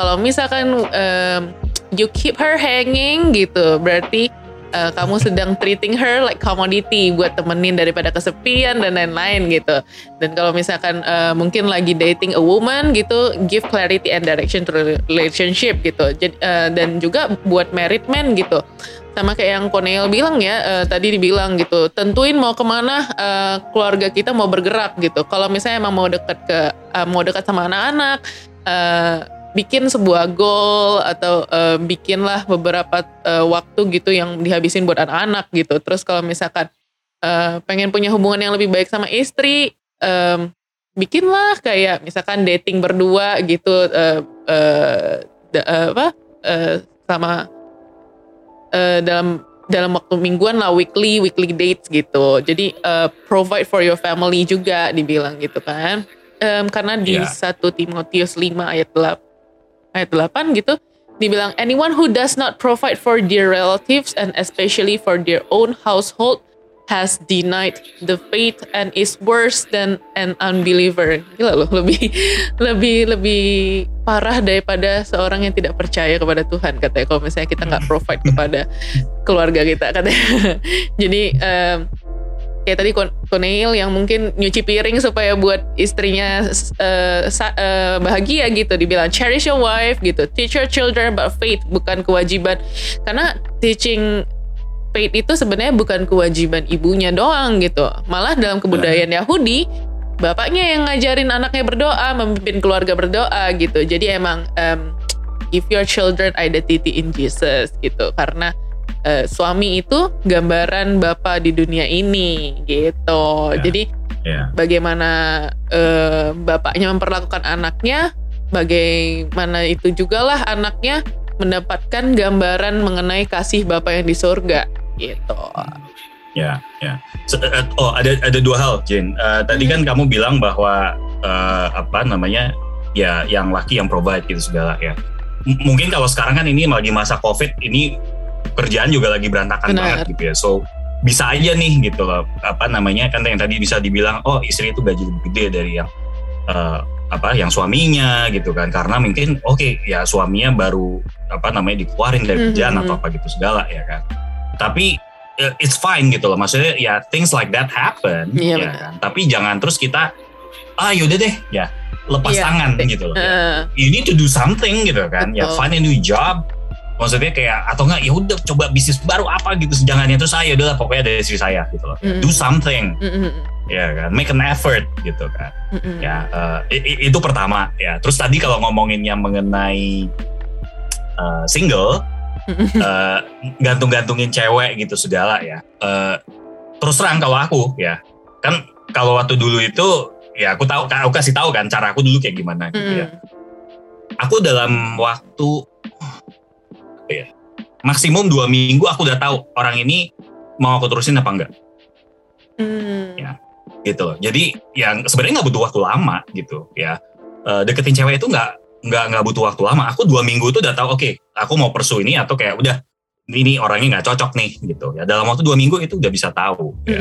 A: you keep her hanging gitu, berarti kamu sedang treating her like commodity buat temenin daripada kesepian dan lain-lain gitu. Dan kalau misalkan mungkin lagi dating a woman gitu, give clarity and direction to relationship gitu. Dan juga buat married man gitu, sama kayak yang Cornel bilang ya, tadi dibilang gitu, tentuin mau kemana keluarga kita mau bergerak gitu. Kalau misalnya emang mau dekat sama anak-anak, bikin sebuah goal atau bikinlah beberapa waktu gitu yang dihabisin buat anak-anak gitu. Terus kalau misalkan pengen punya hubungan yang lebih baik sama istri, bikinlah kayak misalkan dating berdua gitu, sama dalam waktu mingguan lah, weekly dates gitu. Jadi provide for your family juga dibilang gitu kan. Karena di 1 Timotius 5 ayat 8 gitu dibilang, anyone who does not provide for their relatives and especially for their own household has denied the faith and is worse than an unbeliever. Gila loh, lebih parah daripada seorang yang tidak percaya kepada Tuhan katanya, kalau misalnya kita nggak provide kepada keluarga kita katanya. Jadi kayak tadi Cornel yang mungkin nyuci piring supaya buat istrinya bahagia gitu, dibilang cherish your wife gitu, teach your children about faith, bukan kewajiban. Karena teaching faith itu sebenarnya bukan kewajiban ibunya doang gitu. Malah dalam kebudayaan Yahudi, bapaknya yang ngajarin anaknya berdoa, memimpin keluarga berdoa gitu. Jadi emang give your children identity in Jesus gitu, karena suami itu gambaran Bapa di dunia ini gitu. Jadi bagaimana bapaknya memperlakukan anaknya, bagaimana itu jugalah anaknya mendapatkan gambaran mengenai kasih Bapa yang di surga gitu.
C: Ya. So, ada dua hal, Jin. Tadi kan kamu bilang bahwa ya yang laki yang provide gitu segala ya. Mungkin kalau sekarang kan ini lagi masa COVID, ini kerjaan juga lagi berantakan banget gitu ya. So bisa aja nih gitu loh, kan yang tadi bisa dibilang istri itu gaji lebih gede dari yang suaminya gitu kan, karena mungkin ya suaminya baru dikeluarin dari kerjaan atau apa gitu segala ya kan. Tapi it's fine gitu loh, maksudnya ya things like that happen ya kan. Tapi jangan terus kita yaudah deh ya lepas tangan gitu loh. You need to do something gitu kan. Ya find a new job. Maksudnya kayak atau enggak ya udah coba bisnis baru apa gitu, jangannya terus udahlah pokoknya ada istri saya gitu loh. Do something. Ya kan, make an effort gitu kan. Ya itu pertama ya. Terus tadi kalau ngomonginnya mengenai single, gantung-gantungin cewek gitu segala ya. Terus terang kalau aku ya, kan kalau waktu dulu itu ya aku kasih tahu kan cara aku dulu kayak gimana gitu ya. Aku dalam waktu maksimum 2 minggu aku udah tahu orang ini mau aku terusin apa enggak. Ya, gitu loh. Jadi yang sebenarnya nggak butuh waktu lama gitu ya. Deketin cewek itu nggak butuh waktu lama. Aku 2 minggu itu udah tahu aku mau pursue ini atau kayak udah ini orangnya nggak cocok nih gitu ya. Dalam waktu 2 minggu itu udah bisa tahu ya.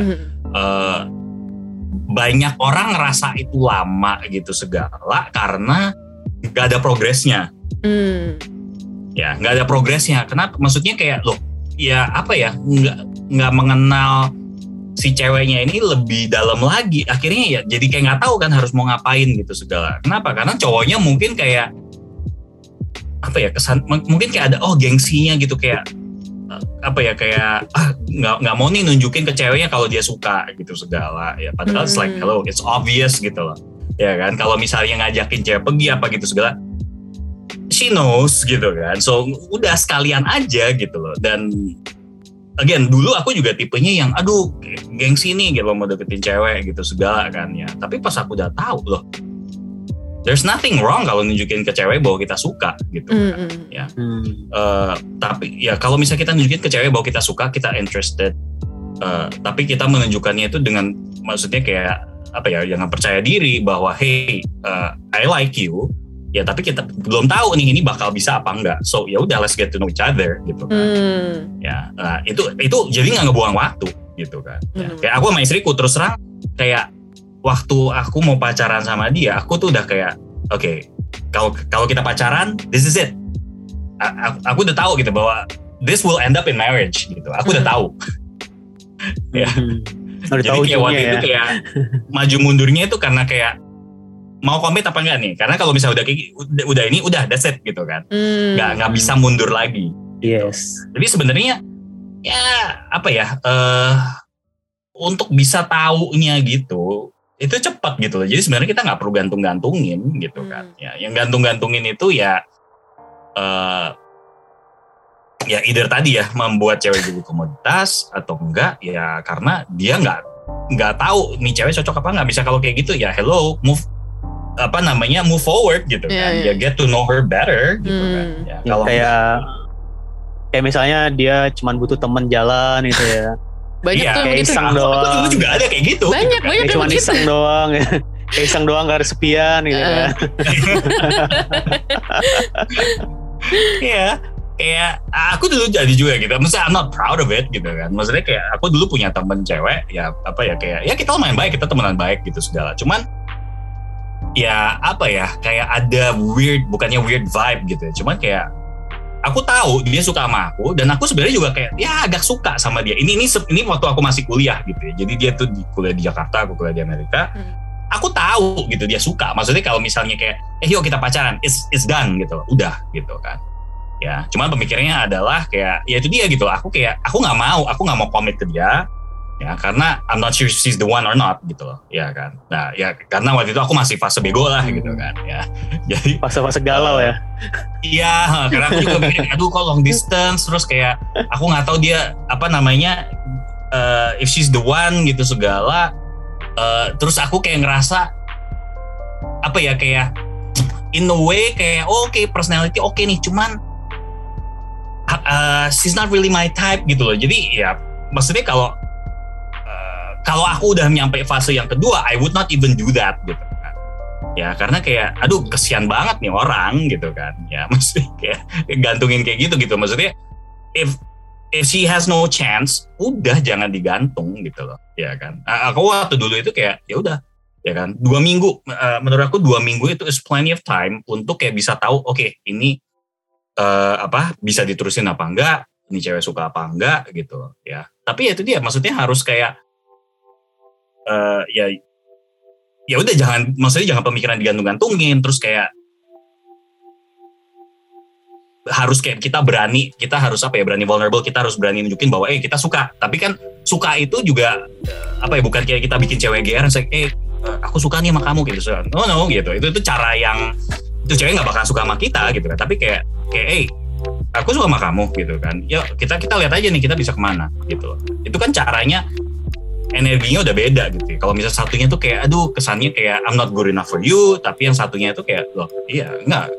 C: Banyak orang ngerasa itu lama gitu segala karena nggak ada progresnya. Ya nggak ada progresnya. Kenapa? Maksudnya kayak ya nggak mengenal si ceweknya ini lebih dalam lagi. Akhirnya ya jadi kayak nggak tahu kan harus mau ngapain gitu segala. Kenapa? Karena cowoknya mungkin kayak kesan mungkin kayak ada gengsinya gitu, kayak nggak mau nih nunjukin ke ceweknya kalau dia suka gitu segala ya. Padahal it's like hello, it's obvious gitu loh ya kan. Kalau misalnya ngajakin cewek pergi apa gitu segala, she knows gitu kan. So udah sekalian aja gitu loh. Dan again dulu aku juga tipenya yang gengsi nih gitu mau deketin cewek gitu segala kan ya. Tapi pas aku udah tahu loh, there's nothing wrong kalau nunjukin ke cewek bahwa kita suka gitu kan ya. Tapi ya kalau misalnya kita nunjukin ke cewek bahwa kita suka, kita interested, tapi kita menunjukkannya itu dengan maksudnya kayak jangan percaya diri bahwa hey I like you ya, tapi kita belum tahu nih ini bakal bisa apa enggak. So ya udah, let's get to know each other gitu kan. Ya, itu jadi nggak ngebuang waktu gitu kan. Ya. Kayak aku sama istriku terus terang kayak waktu aku mau pacaran sama dia, aku tuh udah kayak kalau kita pacaran, this is it. Aku udah tahu gitu bahwa this will end up in marriage gitu. Aku udah tahu. Ya. Jadi kayak waktu itu kayak maju mundurnya itu karena kayak mau komit apa enggak nih? Karena kalau misalnya udah ini udah that's it gitu kan. Nggak bisa mundur lagi. Gitu.
B: Yes.
C: Jadi sebenarnya ya untuk bisa taunya gitu itu cepat gitu loh. Jadi sebenarnya kita nggak perlu gantung-gantungin gitu kan. Ya, yang gantung-gantungin itu ya either tadi ya membuat cewek jadi komoditas atau enggak ya karena dia nggak tahu nih cewek cocok apa nggak. Bisa kalau kayak gitu ya hello, move forward gitu kan. Ya get to know her better gitu kan. Ya, kalau kayak misalnya dia cuma butuh teman jalan gitu ya.
A: Banyak tuh
C: kayak
A: begitu.
C: Iseng doang. Aku juga ada kayak gitu.
A: Banyak
C: gitu kan.
A: cuma
B: iseng doang. Kayak iseng doang gak kesepian gitu kan.
C: Iya. Kayak aku dulu jadi juga gitu. Maksudnya I'm not proud of it gitu kan. Maksudnya kayak aku dulu punya teman cewek ya kayak ya kita lumayan baik, kita temenan baik gitu segala. Cuman ya kayak ada bukannya weird vibe gitu ya. Cuman kayak aku tahu dia suka sama aku dan aku sebenarnya juga kayak ya agak suka sama dia. Ini waktu aku masih kuliah gitu ya. Jadi dia tuh kuliah di Jakarta, aku kuliah di Amerika. Aku tahu gitu dia suka. Maksudnya kalau misalnya kayak yuk kita pacaran, it's done gitu. Udah gitu kan. Ya, cuman pemikirannya adalah kayak ya itu dia gitu. Aku nggak mau komit ke dia. Ya, karena I'm not sure she's the one or not gitu loh. Ya kan. Nah, ya karena waktu itu aku masih fase bego lah gitu kan. Ya. Jadi
B: fase-fase galau ya.
C: Iya, karena aku juga mikir kok long distance terus kayak aku nggak tahu dia if she's the one gitu segala. Terus aku kayak ngerasa kayak in a way kayak personality nih, cuman she's not really my type gitu loh. Jadi ya maksudnya kalau kalau aku udah nyampe fase yang kedua, I would not even do that gitu kan. Ya karena kayak aduh kesian banget nih orang gitu kan. Ya maksudnya kayak gantungin kayak gitu maksudnya if she has no chance, udah jangan digantung gitu loh, ya kan. Aku waktu dulu itu kayak ya udah, ya kan. 2 minggu, menurut aku 2 minggu itu is plenty of time untuk kayak bisa tahu, oke, ini bisa diterusin apa enggak, ini cewek suka apa enggak gitu, ya. Tapi ya itu dia, maksudnya harus kayak ya udah maksudnya jangan pemikiran digantung-gantungin, terus kayak harus kayak kita harus berani vulnerable, kita harus berani nunjukin bahwa kita suka. Tapi kan suka itu juga bukan kayak kita bikin cewek GR aku suka nih sama kamu gitu. No gitu. Itu cara yang itu cewek nggak bakal suka sama kita gitu kan. Tapi kayak aku suka sama kamu gitu kan. Yuk kita lihat aja nih kita bisa kemana gitu. Itu kan caranya energinya udah beda gitu. Kalau misalnya satunya tuh kayak aduh kesannya kayak I'm not good enough for you, tapi yang satunya itu kayak loh iya enggak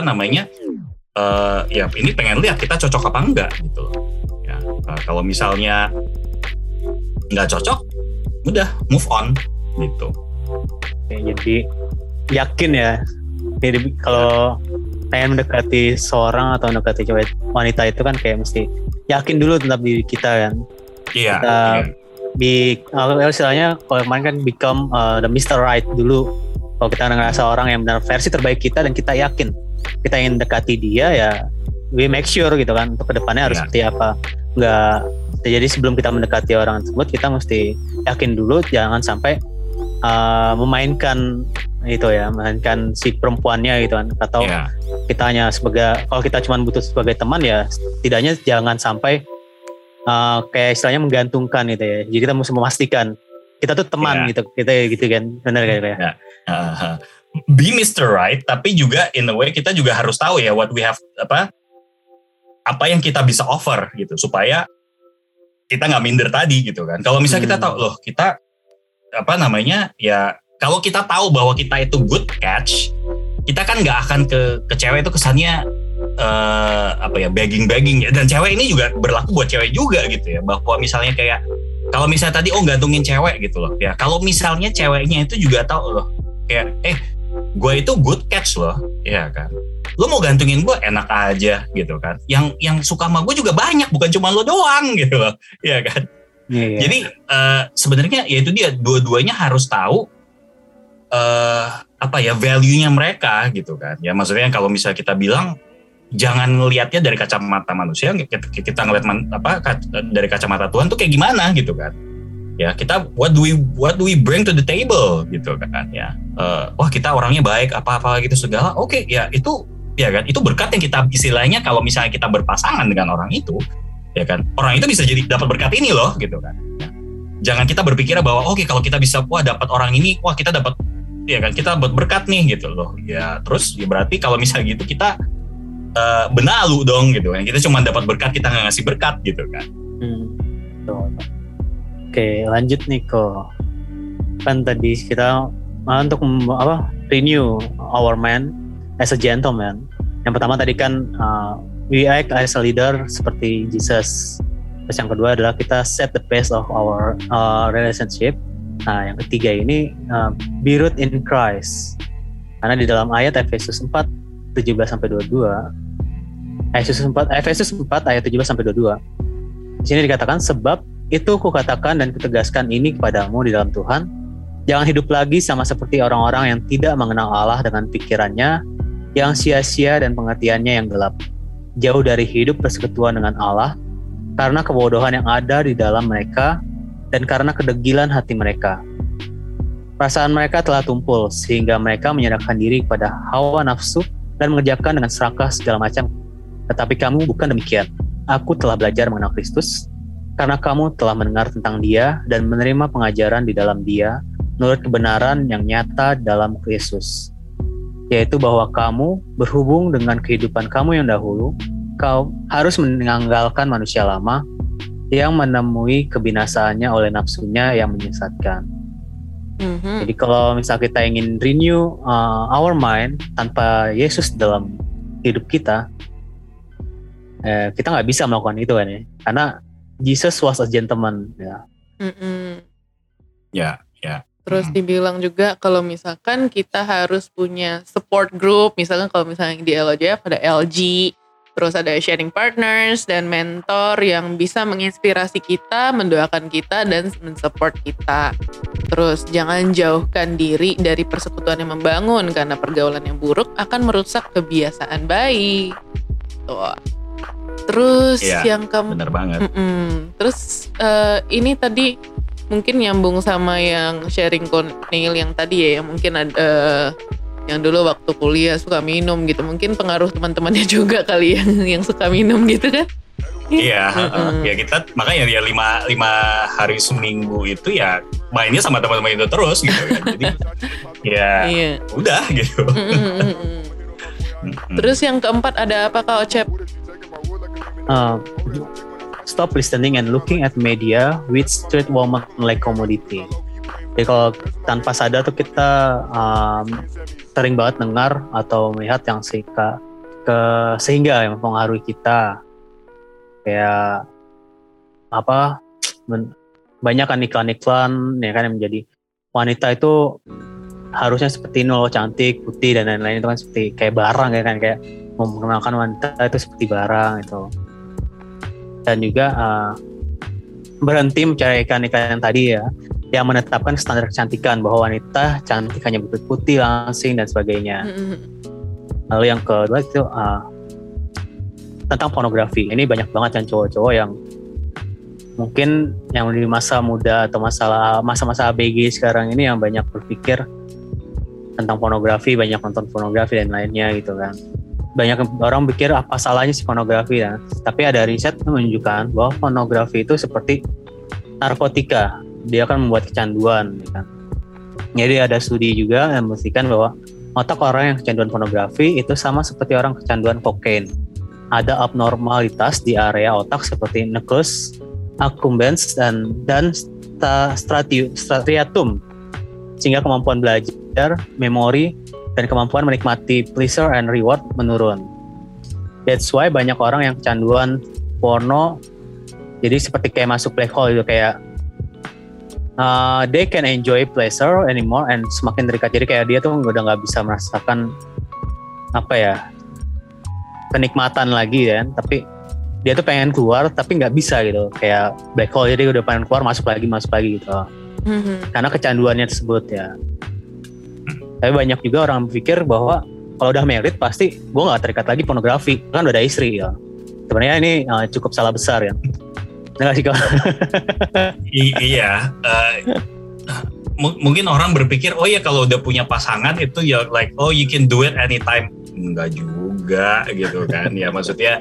C: ya ini pengen lihat kita cocok apa enggak gitu loh. Ya, kalau misalnya nggak cocok, udah move on gitu.
B: Jadi yakin ya. Jadi kalau pengen mendekati seorang atau mendekati cewek wanita itu kan kayak mesti yakin dulu tentang diri kita kan.
C: Iya.
B: Istilahnya kalau kemarin kan become the Mr. Right dulu. Kalau kita ngerasa orang yang benar versi terbaik kita dan kita yakin kita ingin dekati dia, ya we make sure gitu kan untuk kedepannya harus seperti apa. Jadi sebelum kita mendekati orang tersebut kita mesti yakin dulu, jangan sampai memainkan si perempuannya gitu kan, atau kita hanya kalau kita cuma butuh sebagai teman, ya setidaknya jangan sampai kayak istilahnya menggantungkan gitu ya. Jadi kita mesti memastikan kita tuh teman gitu kan, benar kayak.
C: Be Mr. Right, tapi juga in a way kita juga harus tahu ya what we have, apa yang kita bisa offer gitu, supaya kita nggak minder tadi gitu kan. Kalau misalnya kita tahu loh kita ya kalau kita tahu bahwa kita itu good catch, kita kan nggak akan ke cewek itu kesannya begging ya. Dan cewek ini juga berlaku buat cewek juga gitu ya, bahwa misalnya kayak kalau misalnya tadi gantungin cewek gitu loh ya, kalau misalnya ceweknya itu juga tahu loh kayak gue itu good catch loh, ya kan. Lo mau gantungin gue enak aja gitu kan. Yang suka sama gue juga banyak, bukan cuma lo doang gitu loh, ya kan. Yeah. Jadi sebenarnya ya itu dia, dua-duanya harus tahu value-nya mereka gitu kan. Ya maksudnya kalau misalnya kita bilang jangan ngelihatnya dari kacamata manusia, kita ngelihat dari kacamata Tuhan tuh kayak gimana gitu kan. Ya kita what do we bring to the table gitu kan ya. Wah kita orangnya baik apa gitu segala. Oke, ya itu ya kan, itu berkat yang kita istilahnya kalau misalnya kita berpasangan dengan orang itu, ya kan, orang itu bisa jadi dapat berkat ini loh gitu kan. Ya. Jangan kita berpikir bahwa kalau kita bisa dapat orang ini, kita dapat, ya kan, kita dapat berkat nih gitu loh. Ya terus ya berarti kalau misalnya gitu kita benalu dong gitu kan. Kita cuma dapat berkat, kita nggak ngasih berkat gitu kan.
B: Oke, lanjut nih kok. Kan tadi kita untuk renew our man as a gentleman. Yang pertama tadi kan we act as a leader seperti Jesus. Terus yang kedua adalah kita set the pace of our relationship. Nah, yang ketiga ini be rooted in Christ. Karena di dalam ayat Efesus 4:17-22, Efesus 4 ayat 17-22. Di sini dikatakan, sebab itu kukatakan dan kutegaskan ini kepadamu di dalam Tuhan, jangan hidup lagi sama seperti orang-orang yang tidak mengenal Allah dengan pikirannya yang sia-sia dan pengertiannya yang gelap. Jauh dari hidup persekutuan dengan Allah, karena kebodohan yang ada di dalam mereka dan karena kedegilan hati mereka. Perasaan mereka telah tumpul sehingga mereka menyerahkan diri kepada hawa nafsu dan mengerjakan dengan serakah segala macam. Tetapi kamu bukan demikian. Aku telah belajar mengenal Kristus, karena kamu telah mendengar tentang Dia dan menerima pengajaran di dalam Dia menurut kebenaran yang nyata dalam Yesus, yaitu bahwa kamu berhubung dengan kehidupan kamu yang dahulu, kau harus meninggalkan manusia lama yang menemui kebinasaannya oleh nafsunya yang menyesatkan. Jadi kalau misalnya kita ingin renew our mind tanpa Yesus dalam hidup kita, kita nggak bisa melakukan itu kan ya, karena Jesus was a gentleman ya.
C: Ya.
A: Terus dibilang juga kalau misalkan kita harus punya support group, misalkan kalau misalnya di LOJF ada LG, terus ada sharing partners dan mentor yang bisa menginspirasi kita, mendoakan kita dan mensupport kita. Terus jangan jauhkan diri dari persekutuan yang membangun karena pergaulan yang buruk akan merusak kebiasaan baik. Tuh. Terus yang
C: bener banget.
A: Terus ini tadi mungkin nyambung sama yang sharing Neil yang tadi ya, yang mungkin ada yang dulu waktu kuliah suka minum gitu, mungkin pengaruh teman-temannya juga kali yang suka minum gitu kan.
C: Iya, ya kita makanya ya 5 hari seminggu itu ya mainnya sama teman-teman itu terus gitu kan. Jadi ya udah gitu.
A: Terus yang keempat ada apa Kak Ocep?
B: Stop listening and looking at media which treat women like commodity. Jadi kalau tanpa sadar tuh kita sering banget dengar atau melihat yang sehingga yang mempengaruhi kita. Kayak banyak kan iklan-iklan ya kan yang menjadi wanita itu harusnya seperti ini loh, cantik, putih dan lain-lain, itu kan seperti kayak barang ya kan, kayak memperkenalkan wanita itu seperti barang itu. Dan juga berhenti mencari iklan-iklan yang tadi ya, yang menetapkan standar kecantikan bahwa wanita cantik hanya berkulit putih, langsing dan sebagainya. Lalu yang kedua itu tentang pornografi. Ini banyak banget yang cowok-cowok yang mungkin yang di masa muda atau masa-masa ABG sekarang ini yang banyak berpikir tentang pornografi, banyak nonton pornografi dan lainnya gitu kan. Banyak orang pikir apa salahnya si pornografi ya. Tapi ada riset menunjukkan bahwa pornografi itu seperti narkotika, dia akan membuat kecanduan ya kan. Jadi ada studi juga yang membuktikan bahwa otak orang yang kecanduan pornografi itu sama seperti orang kecanduan kokain. Ada abnormalitas di area otak seperti nucleus accumbens dan striatum, sehingga kemampuan belajar, memori, dan kemampuan menikmati pleasure and reward menurun. That's why banyak orang yang kecanduan porno, jadi seperti kayak masuk black hole gitu, kayak they can enjoy pleasure anymore and semakin terikat. Jadi kayak dia tuh udah nggak bisa merasakan kenikmatan lagi kan, tapi dia tuh pengen keluar tapi nggak bisa gitu, kayak black hole, jadi udah pengen keluar masuk lagi gitu. Karena kecanduannya tersebut ya. Tapi banyak juga orang berpikir bahwa kalau udah married pasti gue nggak terikat lagi pornografi, kan udah ada istri ya. Sebenarnya ini cukup salah besar ya. Nggak sih kau?
C: Iya. Mungkin orang berpikir oh ya kalau udah punya pasangan itu ya like oh you can do it anytime. Enggak juga gitu kan ya, maksudnya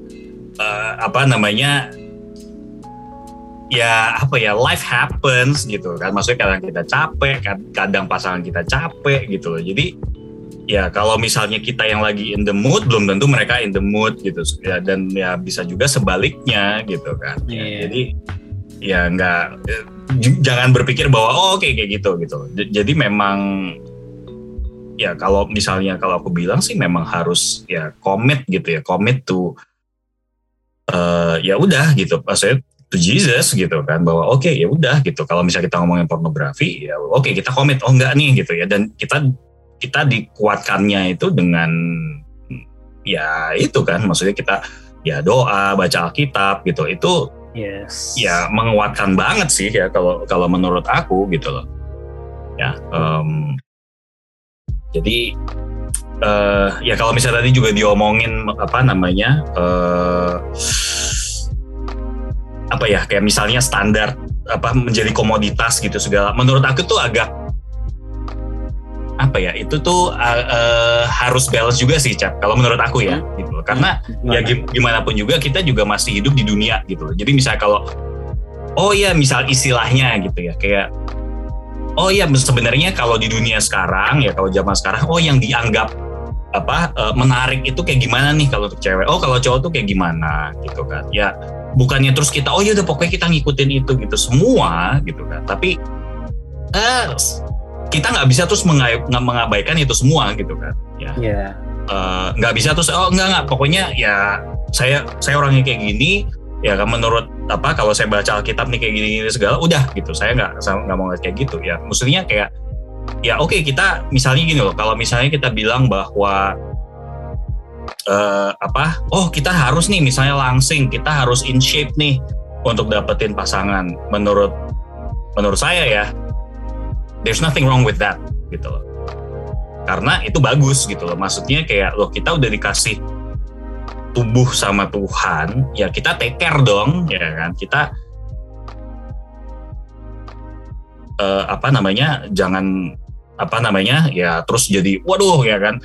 C: life happens gitu kan, maksudnya kadang kita capek, kadang pasangan kita capek gitu loh. Jadi ya kalau misalnya kita yang lagi in the mood, belum tentu mereka in the mood gitu ya, dan ya bisa juga sebaliknya gitu kan. Jadi ya jangan berpikir bahwa oke, kayak gitu. Jadi memang ya kalau aku bilang sih memang harus ya commit to ya udah gitu, maksudnya to Jesus gitu kan, bahwa oke, ya udah gitu. Kalau misalnya kita ngomongin pornografi ya oke, kita komit oh enggak nih gitu ya, dan kita dikuatkannya itu dengan ya itu kan, maksudnya kita ya doa, baca Alkitab gitu, itu ya menguatkan banget sih ya kalau menurut aku gitu loh ya. Jadi ya kalau misalnya tadi juga diomongin kayak misalnya standar menjadi komoditas gitu segala, menurut aku tuh agak itu tuh harus balance juga sih Cap, kalau menurut aku ya gitu, karena ya gimana pun juga kita juga masih hidup di dunia gitu. Jadi misalnya kalau misal istilahnya gitu ya, kayak sebenarnya kalau di dunia sekarang ya, kalau zaman sekarang yang dianggap menarik itu kayak gimana nih kalau untuk cewek, kalau cowok tuh kayak gimana gitu kan ya. Bukannya terus kita udah pokoknya kita ngikutin itu gitu semua gitu kan, tapi kita nggak bisa terus mengabaikan itu semua gitu kan ya. Nggak bisa terus enggak pokoknya ya saya orangnya kayak gini ya kan, menurut kalau saya baca Alkitab nih kayak gini segala, udah gitu, saya nggak mau ngeliat kayak gitu ya. Maksudnya kayak ya oke, kita misalnya gini loh, kalau misalnya kita bilang bahwa kita harus nih misalnya langsing, kita harus in shape nih untuk dapetin pasangan. Menurut saya ya, there's nothing wrong with that gitu loh. Karena itu bagus gitu loh. Maksudnya kayak loh, kita udah dikasih tubuh sama Tuhan, ya kita take care dong, ya kan? Kita jangan ya terus jadi waduh ya kan,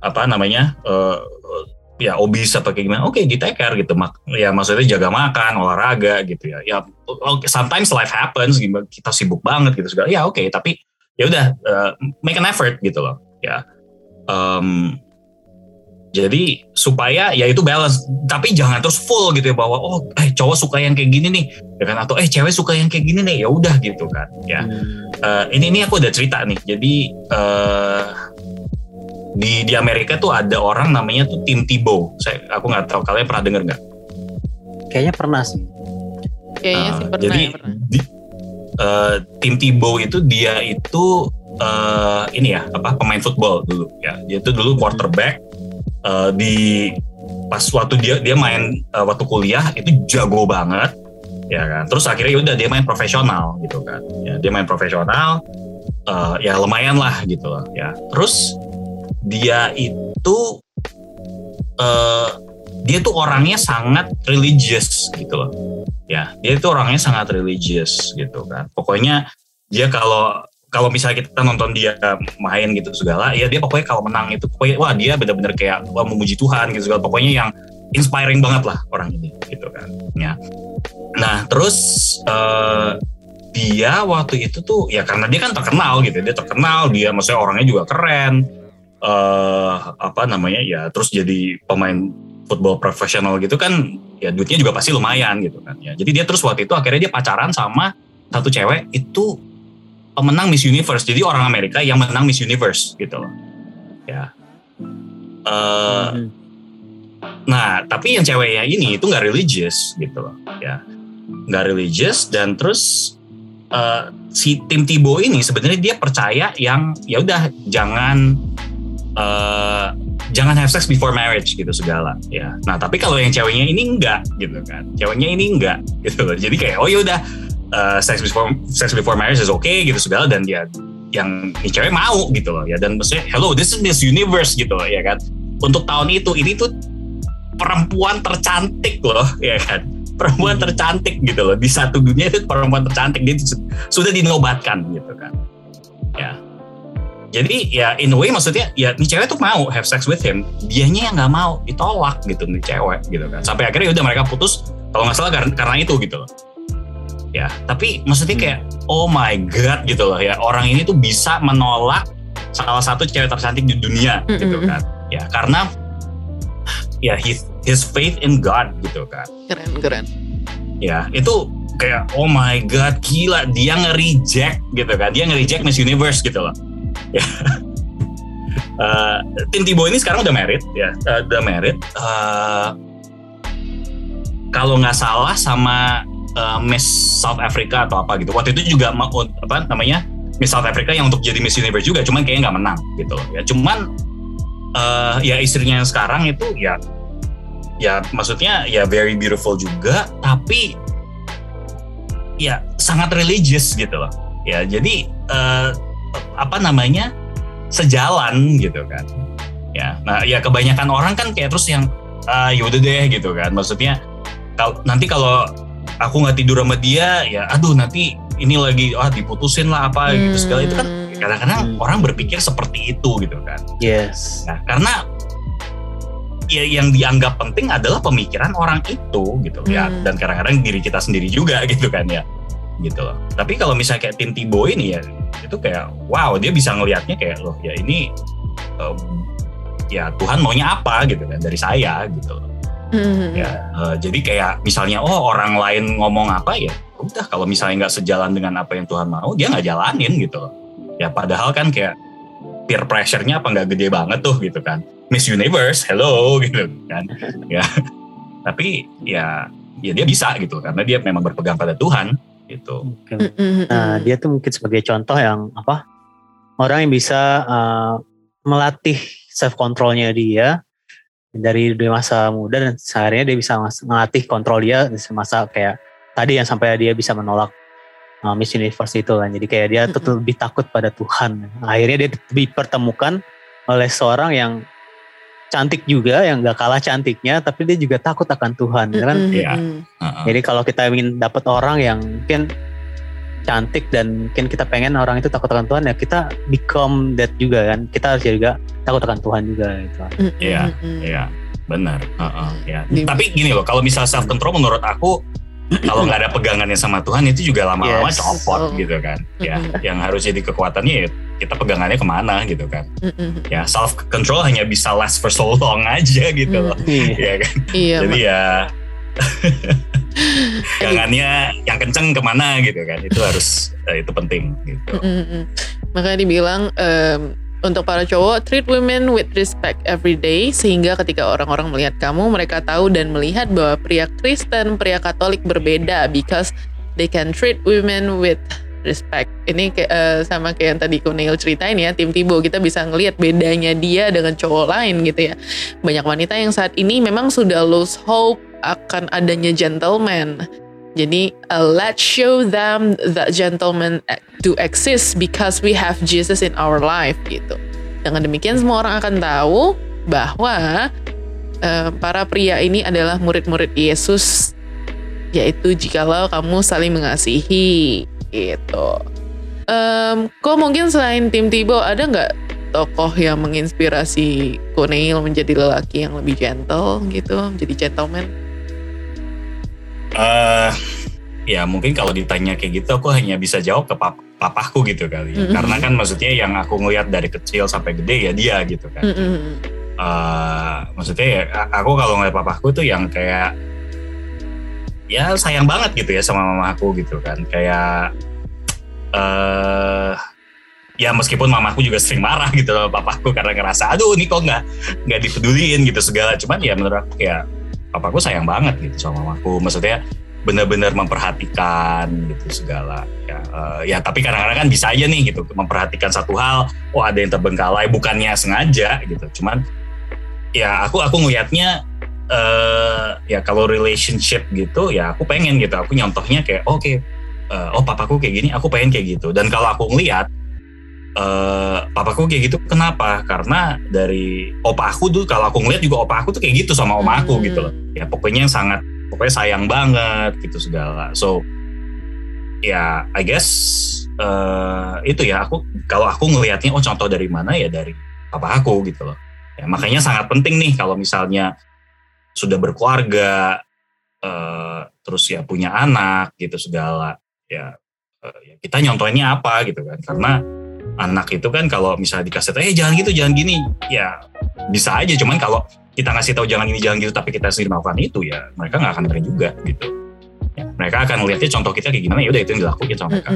C: ya obes apa kayak gimana. Oke, di take care gitu, ya maksudnya jaga makan, olahraga gitu ya. Ya sometimes life happens, kita sibuk banget gitu segala. Ya oke, tapi ya udah make an effort gitu loh ya. Jadi supaya ya itu balance, tapi jangan terus full gitu ya, bahwa cowok suka yang kayak gini nih ya kan, atau cewek suka yang kayak gini nih, ya udah gitu kan ya. Ini aku ada cerita nih. Jadi di Amerika tuh ada orang namanya tuh Tim Tebow. Aku nggak tahu, kalian pernah denger nggak?
B: Kayaknya pernah sih.
A: Kayaknya sih pernah.
C: Jadi Tim Tebow itu dia itu pemain football dulu ya. Dia itu dulu quarterback. Pas waktu dia main waktu kuliah itu jago banget ya kan. Terus akhirnya udah dia main profesional gitu kan ya. Dia main profesional ya lumayan lah gitu loh ya. Terus dia itu dia tuh orangnya sangat religious gitu loh ya. Dia itu orangnya sangat religious gitu kan. Pokoknya dia kalau misalnya kita nonton dia main gitu segala, ya dia pokoknya kalau menang itu pokoknya wah dia benar-benar kayak memuji Tuhan gitu segala. Pokoknya yang inspiring banget lah orang ini gitu kan ya. Nah terus dia waktu itu tuh ya karena dia kan terkenal gitu, dia maksudnya orangnya juga keren, ya terus jadi pemain football profesional gitu kan, ya duitnya juga pasti lumayan gitu kan ya. Jadi dia terus waktu itu akhirnya dia pacaran sama satu cewek itu pemenang Miss Universe, jadi orang Amerika yang menang Miss Universe gitu loh ya. Nah tapi yang ceweknya ini itu nggak religious gitu loh ya, nggak religious. Dan terus si Tim Tebow ini sebenarnya dia percaya yang ya udah jangan have sex before marriage gitu segala ya. Nah tapi kalau yang ceweknya ini enggak gitu kan, ceweknya ini enggak gitu loh. Jadi kayak ya udah sex before marriage is okay gitu segala, dan dia yang cewek mau gitu loh ya. Dan maksudnya hello, this is Miss Universe gitu loh ya kan. Untuk tahun itu ini tuh perempuan tercantik loh ya kan, perempuan tercantik gitu loh di satu dunia, itu perempuan tercantik, dia sudah dinobatkan gitu kan ya. Jadi ya in a way maksudnya ya nih cewek tuh mau have sex with him, dianya yang nggak mau, ditolak gitu nih cewek gitu kan. Sampai akhirnya udah mereka putus kalau nggak salah karena itu gitu loh ya. Tapi maksudnya kayak oh my god gitu loh ya, orang ini tuh bisa menolak salah satu cewek tercantik di dunia gitu kan ya, karena ya his faith in God gitu kan.
A: Keren
C: ya. Itu kayak oh my god gila, dia nge-reject gitu kan, dia nge-reject Miss Universe gitu loh ya. Tim Tebow ini sekarang udah married ya, kalau nggak salah sama Miss South Africa atau apa gitu. Waktu itu juga Miss South Africa yang untuk jadi Miss Universe juga, cuman kayaknya nggak menang gitu loh ya. Cuman ya istrinya yang sekarang itu ya maksudnya ya very beautiful juga, tapi ya sangat religious gitu loh ya. Jadi sejalan gitu kan ya. Nah ya kebanyakan orang kan kayak terus yang yaudah deh gitu kan, maksudnya kalau aku nggak tidur sama dia ya aduh nanti ini lagi diputusin lah apa gitu segala. Itu kan kadang-kadang orang berpikir seperti itu gitu kan.
B: Yes.
C: Nah karena ya yang dianggap penting adalah pemikiran orang itu gitu ya, dan kadang-kadang diri kita sendiri juga gitu kan ya gitu loh. Tapi kalau misalnya kayak Tim Tebow ini ya, itu kayak wow, dia bisa ngelihatnya kayak loh ya ini ya Tuhan maunya apa gitu kan dari saya gitu loh. Ya jadi kayak misalnya orang lain ngomong apa ya udah, kalau misalnya nggak sejalan dengan apa yang Tuhan mau, dia nggak jalanin gitu loh ya. Padahal kan kayak peer pressure-nya apa nggak gede banget tuh gitu kan, Miss Universe hello gitu kan ya. Tapi ya ya dia bisa gitu karena dia memang berpegang pada Tuhan gitu.
B: Nah, dia tuh mungkin sebagai contoh yang orang yang bisa melatih self controlnya dia dari masa muda dan akhirnya dia bisa melatih kontrol dia di masa kayak tadi yang sampai dia bisa menolak Miss Universe itu kan. Jadi kayak dia tuh lebih takut pada Tuhan. Akhirnya dia dipertemukan oleh seorang yang cantik juga, yang gak kalah cantiknya, tapi dia juga takut akan Tuhan, kan?
C: Iya.
B: Jadi kalau kita ingin dapat orang yang mungkin cantik dan mungkin kita pengen orang itu takut akan Tuhan, ya kita become that juga kan. Kita harus juga takut akan Tuhan juga gitu.
C: Iya, benar. Ya. Tapi gini loh, kalau misal self control menurut aku kalau nggak ada pegangannya sama Tuhan itu juga lama-lama copot gitu kan. Ya, yang harus jadi kekuatannya ya kita pegangannya kemana gitu kan. Ya, self control hanya bisa last for so long aja gitu loh. Iya kan. Jadi ya pegangannya yang kenceng kemana gitu kan. Itu harus itu penting gitu.
A: Makanya dibilang untuk para cowok, treat women with respect every day, sehingga ketika orang-orang melihat kamu, mereka tahu dan melihat bahwa pria Kristen, pria Katolik berbeda, because they can treat women with respect. Ini sama kayak yang tadi Kunail ceritain ya, Tim Thibault, kita bisa ngelihat bedanya dia dengan cowok lain gitu ya. Banyak wanita yang saat ini memang sudah lose hope akan adanya gentleman. Jadi let's show them that gentlemen do exist because we have Jesus in our life gitu. Dengan demikian semua orang akan tahu bahwa para pria ini adalah murid-murid Yesus, yaitu jikalau kamu saling mengasihi gitu. Kok mungkin selain Tim Thibault ada nggak tokoh yang menginspirasi Kunail menjadi lelaki yang lebih gentle gitu, menjadi gentleman?
C: Ya mungkin kalau ditanya kayak gitu aku hanya bisa jawab ke papaku gitu kali ya. Karena kan maksudnya yang aku ngeliat dari kecil sampai gede ya dia gitu kan. Maksudnya ya aku kalau ngeliat papaku tuh yang kayak ya sayang banget gitu ya sama mamaku gitu kan. Kayak ya meskipun mamaku juga sering marah gitu loh papaku karena ngerasa aduh ini kok nggak dipeduliin gitu segala. Cuman ya menurut aku kayak papaku sayang banget gitu sama mamaku, maksudnya benar-benar memperhatikan gitu segala ya tapi kadang-kadang kan bisa aja nih gitu memperhatikan satu hal, ada yang terbengkalai bukannya sengaja gitu, cuman ya aku ngelihatnya ya kalau relationship gitu ya aku pengen gitu, aku nyontohnya kayak papaku kayak gini aku pengen kayak gitu, dan kalau aku ngelihat papaku kayak gitu kenapa? Karena dari opa aku tuh kalau aku ngeliat juga opa aku tuh kayak gitu sama oma aku gitu loh. Ya pokoknya sayang banget gitu segala. So ya I guess itu ya kalau aku ngelihatnya contoh dari mana ya dari papa aku gitu loh. Ya makanya sangat penting nih kalau misalnya sudah berkeluarga terus ya punya anak gitu segala. Ya kita nyontohnya apa gitu kan? Karena anak itu kan kalau misalnya dikasih tahu jangan gitu jangan gini ya bisa aja, cuman kalau kita ngasih tahu jangan ini jangan gitu tapi kita sendiri melakukan itu ya mereka nggak akan dengerin juga gitu ya, mereka akan melihatnya contoh kita kayak gimana ya udah itu yang dilakuin sama mereka.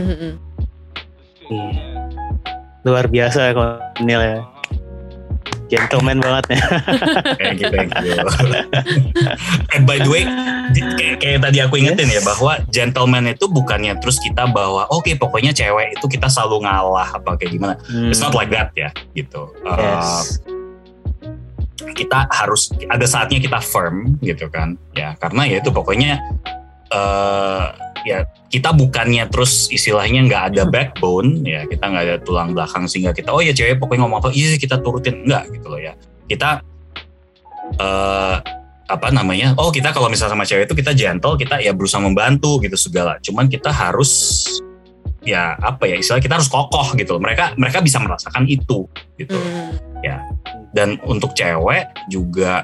B: Luar biasa ya Kunail ya, gentleman banget ya.
C: Thank you. And by the way, kayak tadi aku ingetin ya bahwa gentleman itu bukannya terus kita bahwa pokoknya cewek itu kita selalu ngalah apa kayak gimana. It's not like that ya gitu. Kita harus ada saatnya kita firm gitu kan ya, karena ya itu pokoknya ya kita bukannya terus istilahnya nggak ada backbone ya, kita nggak ada tulang belakang sehingga kita ya cewek pokoknya ngomong apa kita turutin, enggak gitu loh ya. Kita kita kalau misalnya sama cewek itu kita gentle, kita ya berusaha membantu gitu segala, cuman kita harus ya istilah kita harus kokoh gitu loh. Mereka bisa merasakan itu gitu ya. Dan untuk cewek juga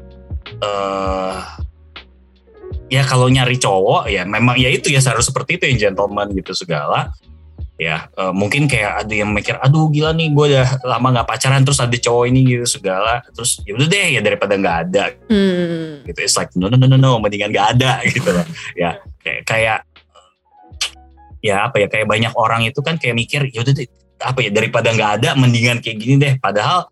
C: ya kalau nyari cowok ya memang ya itu ya harus seperti itu yang gentleman gitu segala ya. Mungkin kayak ada yang mikir aduh gila nih gue udah lama gak pacaran terus ada cowok ini gitu segala, terus ya udah deh ya daripada gak ada gitu. It's like no mendingan gak ada gitu loh ya. Kayak ya kayak banyak orang itu kan kayak mikir ya udah deh daripada gak ada mendingan kayak gini deh, padahal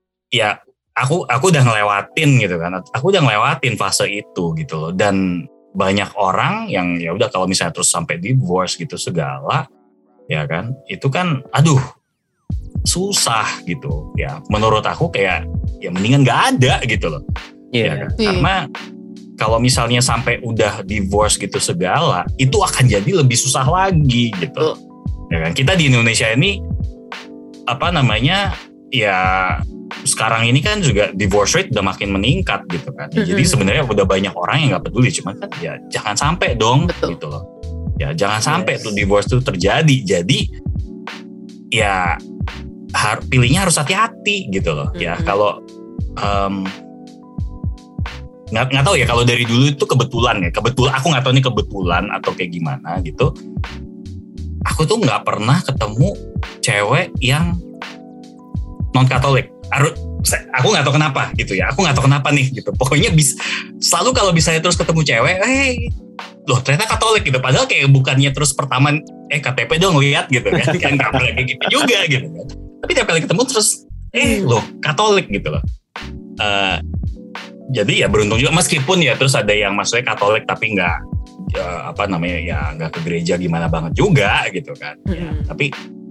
C: ya aku udah ngelewatin gitu kan, aku udah ngelewatin fase itu gitu loh, dan banyak orang yang ya udah kalau misalnya terus sampai divorce gitu segala, ya kan, itu kan aduh susah gitu ya. Menurut aku kayak ya mendingan nggak ada gitu loh. Ya kan? Karena kalau misalnya sampai udah divorce gitu segala, itu akan jadi lebih susah lagi gitu. Ya kan? Kita di Indonesia ini apa namanya ya sekarang ini kan juga divorce rate udah makin meningkat gitu kan. Jadi sebenarnya udah banyak orang yang nggak peduli, cuman kan ya jangan sampai dong. Betul. Gitu loh. Ya jangan sampai tuh divorce itu terjadi. Jadi ya pilihnya harus hati-hati gitu loh. Ya kalau nggak tahu ya kalau dari dulu itu kebetulan aku nggak tahu ini kebetulan atau kayak gimana gitu. Aku tuh nggak pernah ketemu cewek yang non Katolik. Aku nggak tahu kenapa gitu ya. Aku nggak tahu kenapa nih gitu. Pokoknya selalu kalau bisa terus ketemu cewek, loh ternyata Katolik gitu. Padahal kayak bukannya terus pertama KTP dong lihat gitu kan. Kan nggak boleh kayak gitu juga gitu kan. Tapi tiap kali ketemu terus loh Katolik gitu loh. Jadi ya beruntung juga meskipun ya terus ada yang maksudnya Katolik tapi nggak nggak ke gereja gimana banget juga gitu kan. Ya, tapi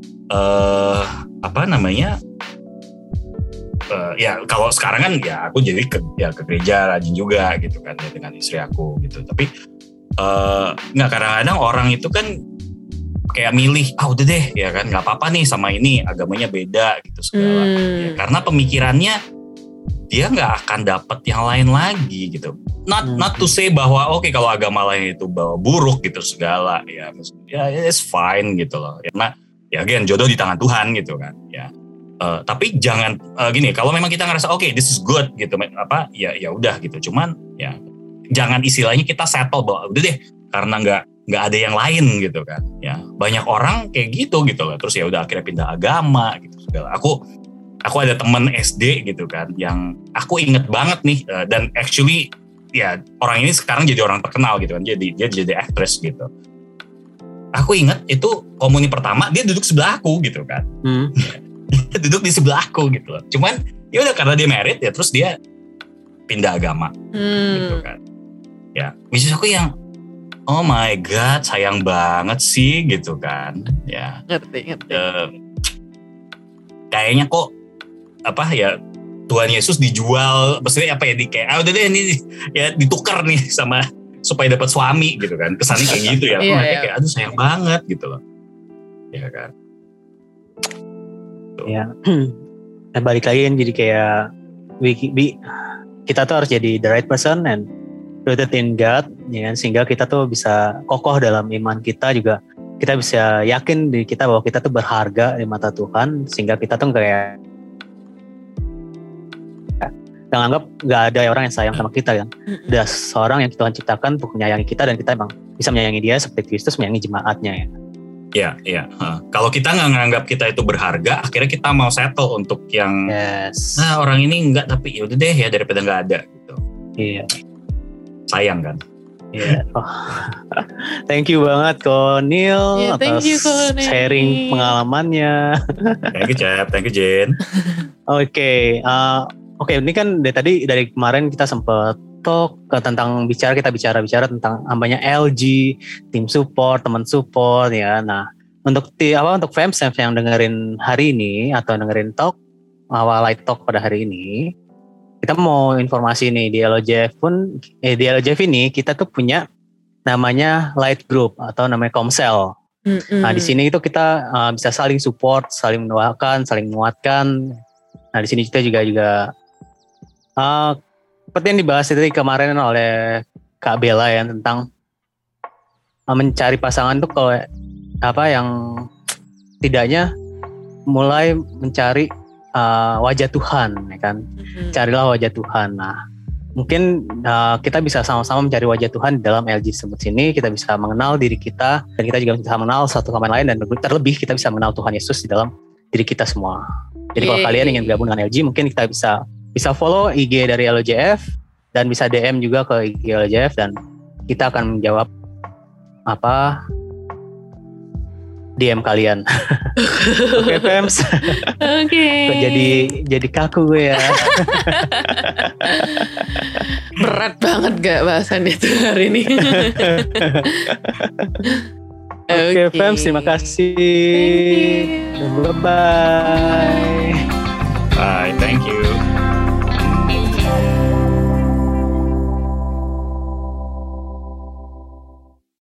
C: ya kalau sekarang kan ya aku jadi ke gereja rajin juga gitu kan ya, dengan istri aku gitu. Tapi nggak, kadang-kadang orang itu kan kayak milih udah deh ya kan nggak apa-apa nih sama ini agamanya beda gitu segala ya, karena pemikirannya dia nggak akan dapat yang lain lagi gitu. Not to say bahwa kalau agama lain itu buruk gitu segala ya it's fine gitu loh. Karena ya again jodoh di tangan Tuhan gitu kan ya. Tapi jangan gini, kalau memang kita ngerasa this is good gitu ya udah gitu. Cuman ya jangan istilahnya kita settle bahwa udah deh karena nggak ada yang lain gitu kan. Ya banyak orang kayak gitu loh. Terus ya udah akhirnya pindah agama gitu segala. Aku ada temen SD gitu kan yang aku inget banget nih dan actually ya orang ini sekarang jadi orang terkenal gitu kan, dia jadi aktris gitu. Aku inget itu komuni pertama dia duduk sebelah aku gitu kan. Dia duduk di sebelah aku gitu loh. Cuman ya udah karena dia married ya terus dia pindah agama gitu kan. Ya, bisnis aku yang oh my god sayang banget sih gitu kan. Ya. Ngerti. Kayaknya kok Tuhan Yesus dijual, maksudnya udah deh ini ya ditukar nih sama supaya dapat suami gitu kan, kesannya kayak gitu ya. Aku kayak aduh sayang banget gitu loh, ya kan.
B: Ya, balik lagi kan jadi kayak kita tuh harus jadi the right person and rooted in God, ya kan, sehingga kita tuh bisa kokoh dalam iman kita juga. Kita bisa yakin diri kita bahwa kita tuh berharga di mata Tuhan, sehingga kita tuh kayak yang anggap gak ada orang yang sayang sama kita kan. Ada seorang yang Tuhan ciptakan untuk menyayangi kita dan kita emang bisa menyayangi dia seperti Kristus menyayangi jemaatnya ya. Iya. Kalau kita nggak nganggap kita itu berharga, akhirnya kita mau settle untuk yang orang ini enggak tapi yaudah deh ya daripada nggak ada gitu. Iya. Sayang kan. Iya. Thank you banget Ko Neil atas sharing pengalamannya.
C: Thank you Jen.
B: Oke, ini kan dari kemarin kita sempat talk tentang kita bicara tentang namanya LG, tim support, teman support ya. Nah, untuk fans yang dengerin hari ini atau dengerin talk light talk pada hari ini, kita mau informasi nih di LOJF ini kita tuh punya namanya Light Group atau namanya Komsel. Nah, di sini itu kita bisa saling support, saling mendoakan, saling menguatkan. Nah, di sini kita juga seperti yang dibahas tadi kemarin oleh Kak Bella ya tentang mencari pasangan tuh kalau yang tidaknya mulai mencari wajah Tuhan ya kan. Carilah wajah Tuhan. Nah, mungkin kita bisa sama-sama mencari wajah Tuhan dalam LG Summit sini. Kita bisa mengenal diri kita dan kita juga bisa mengenal satu sama lain dan terlebih kita bisa mengenal Tuhan Yesus di dalam diri kita semua. Jadi kalau kalian ingin bergabung dengan LG, mungkin kita bisa follow IG dari LOJF dan bisa DM juga ke IG LOJF dan kita akan menjawab DM kalian. Oke, Fems.
A: Oke.
B: Kok jadi kaku gue ya.
A: Berat banget gak bahasan itu hari ini.
B: Oke, Fems, terima kasih.
A: Thank you.
B: Bye-bye.
C: Bye, thank you.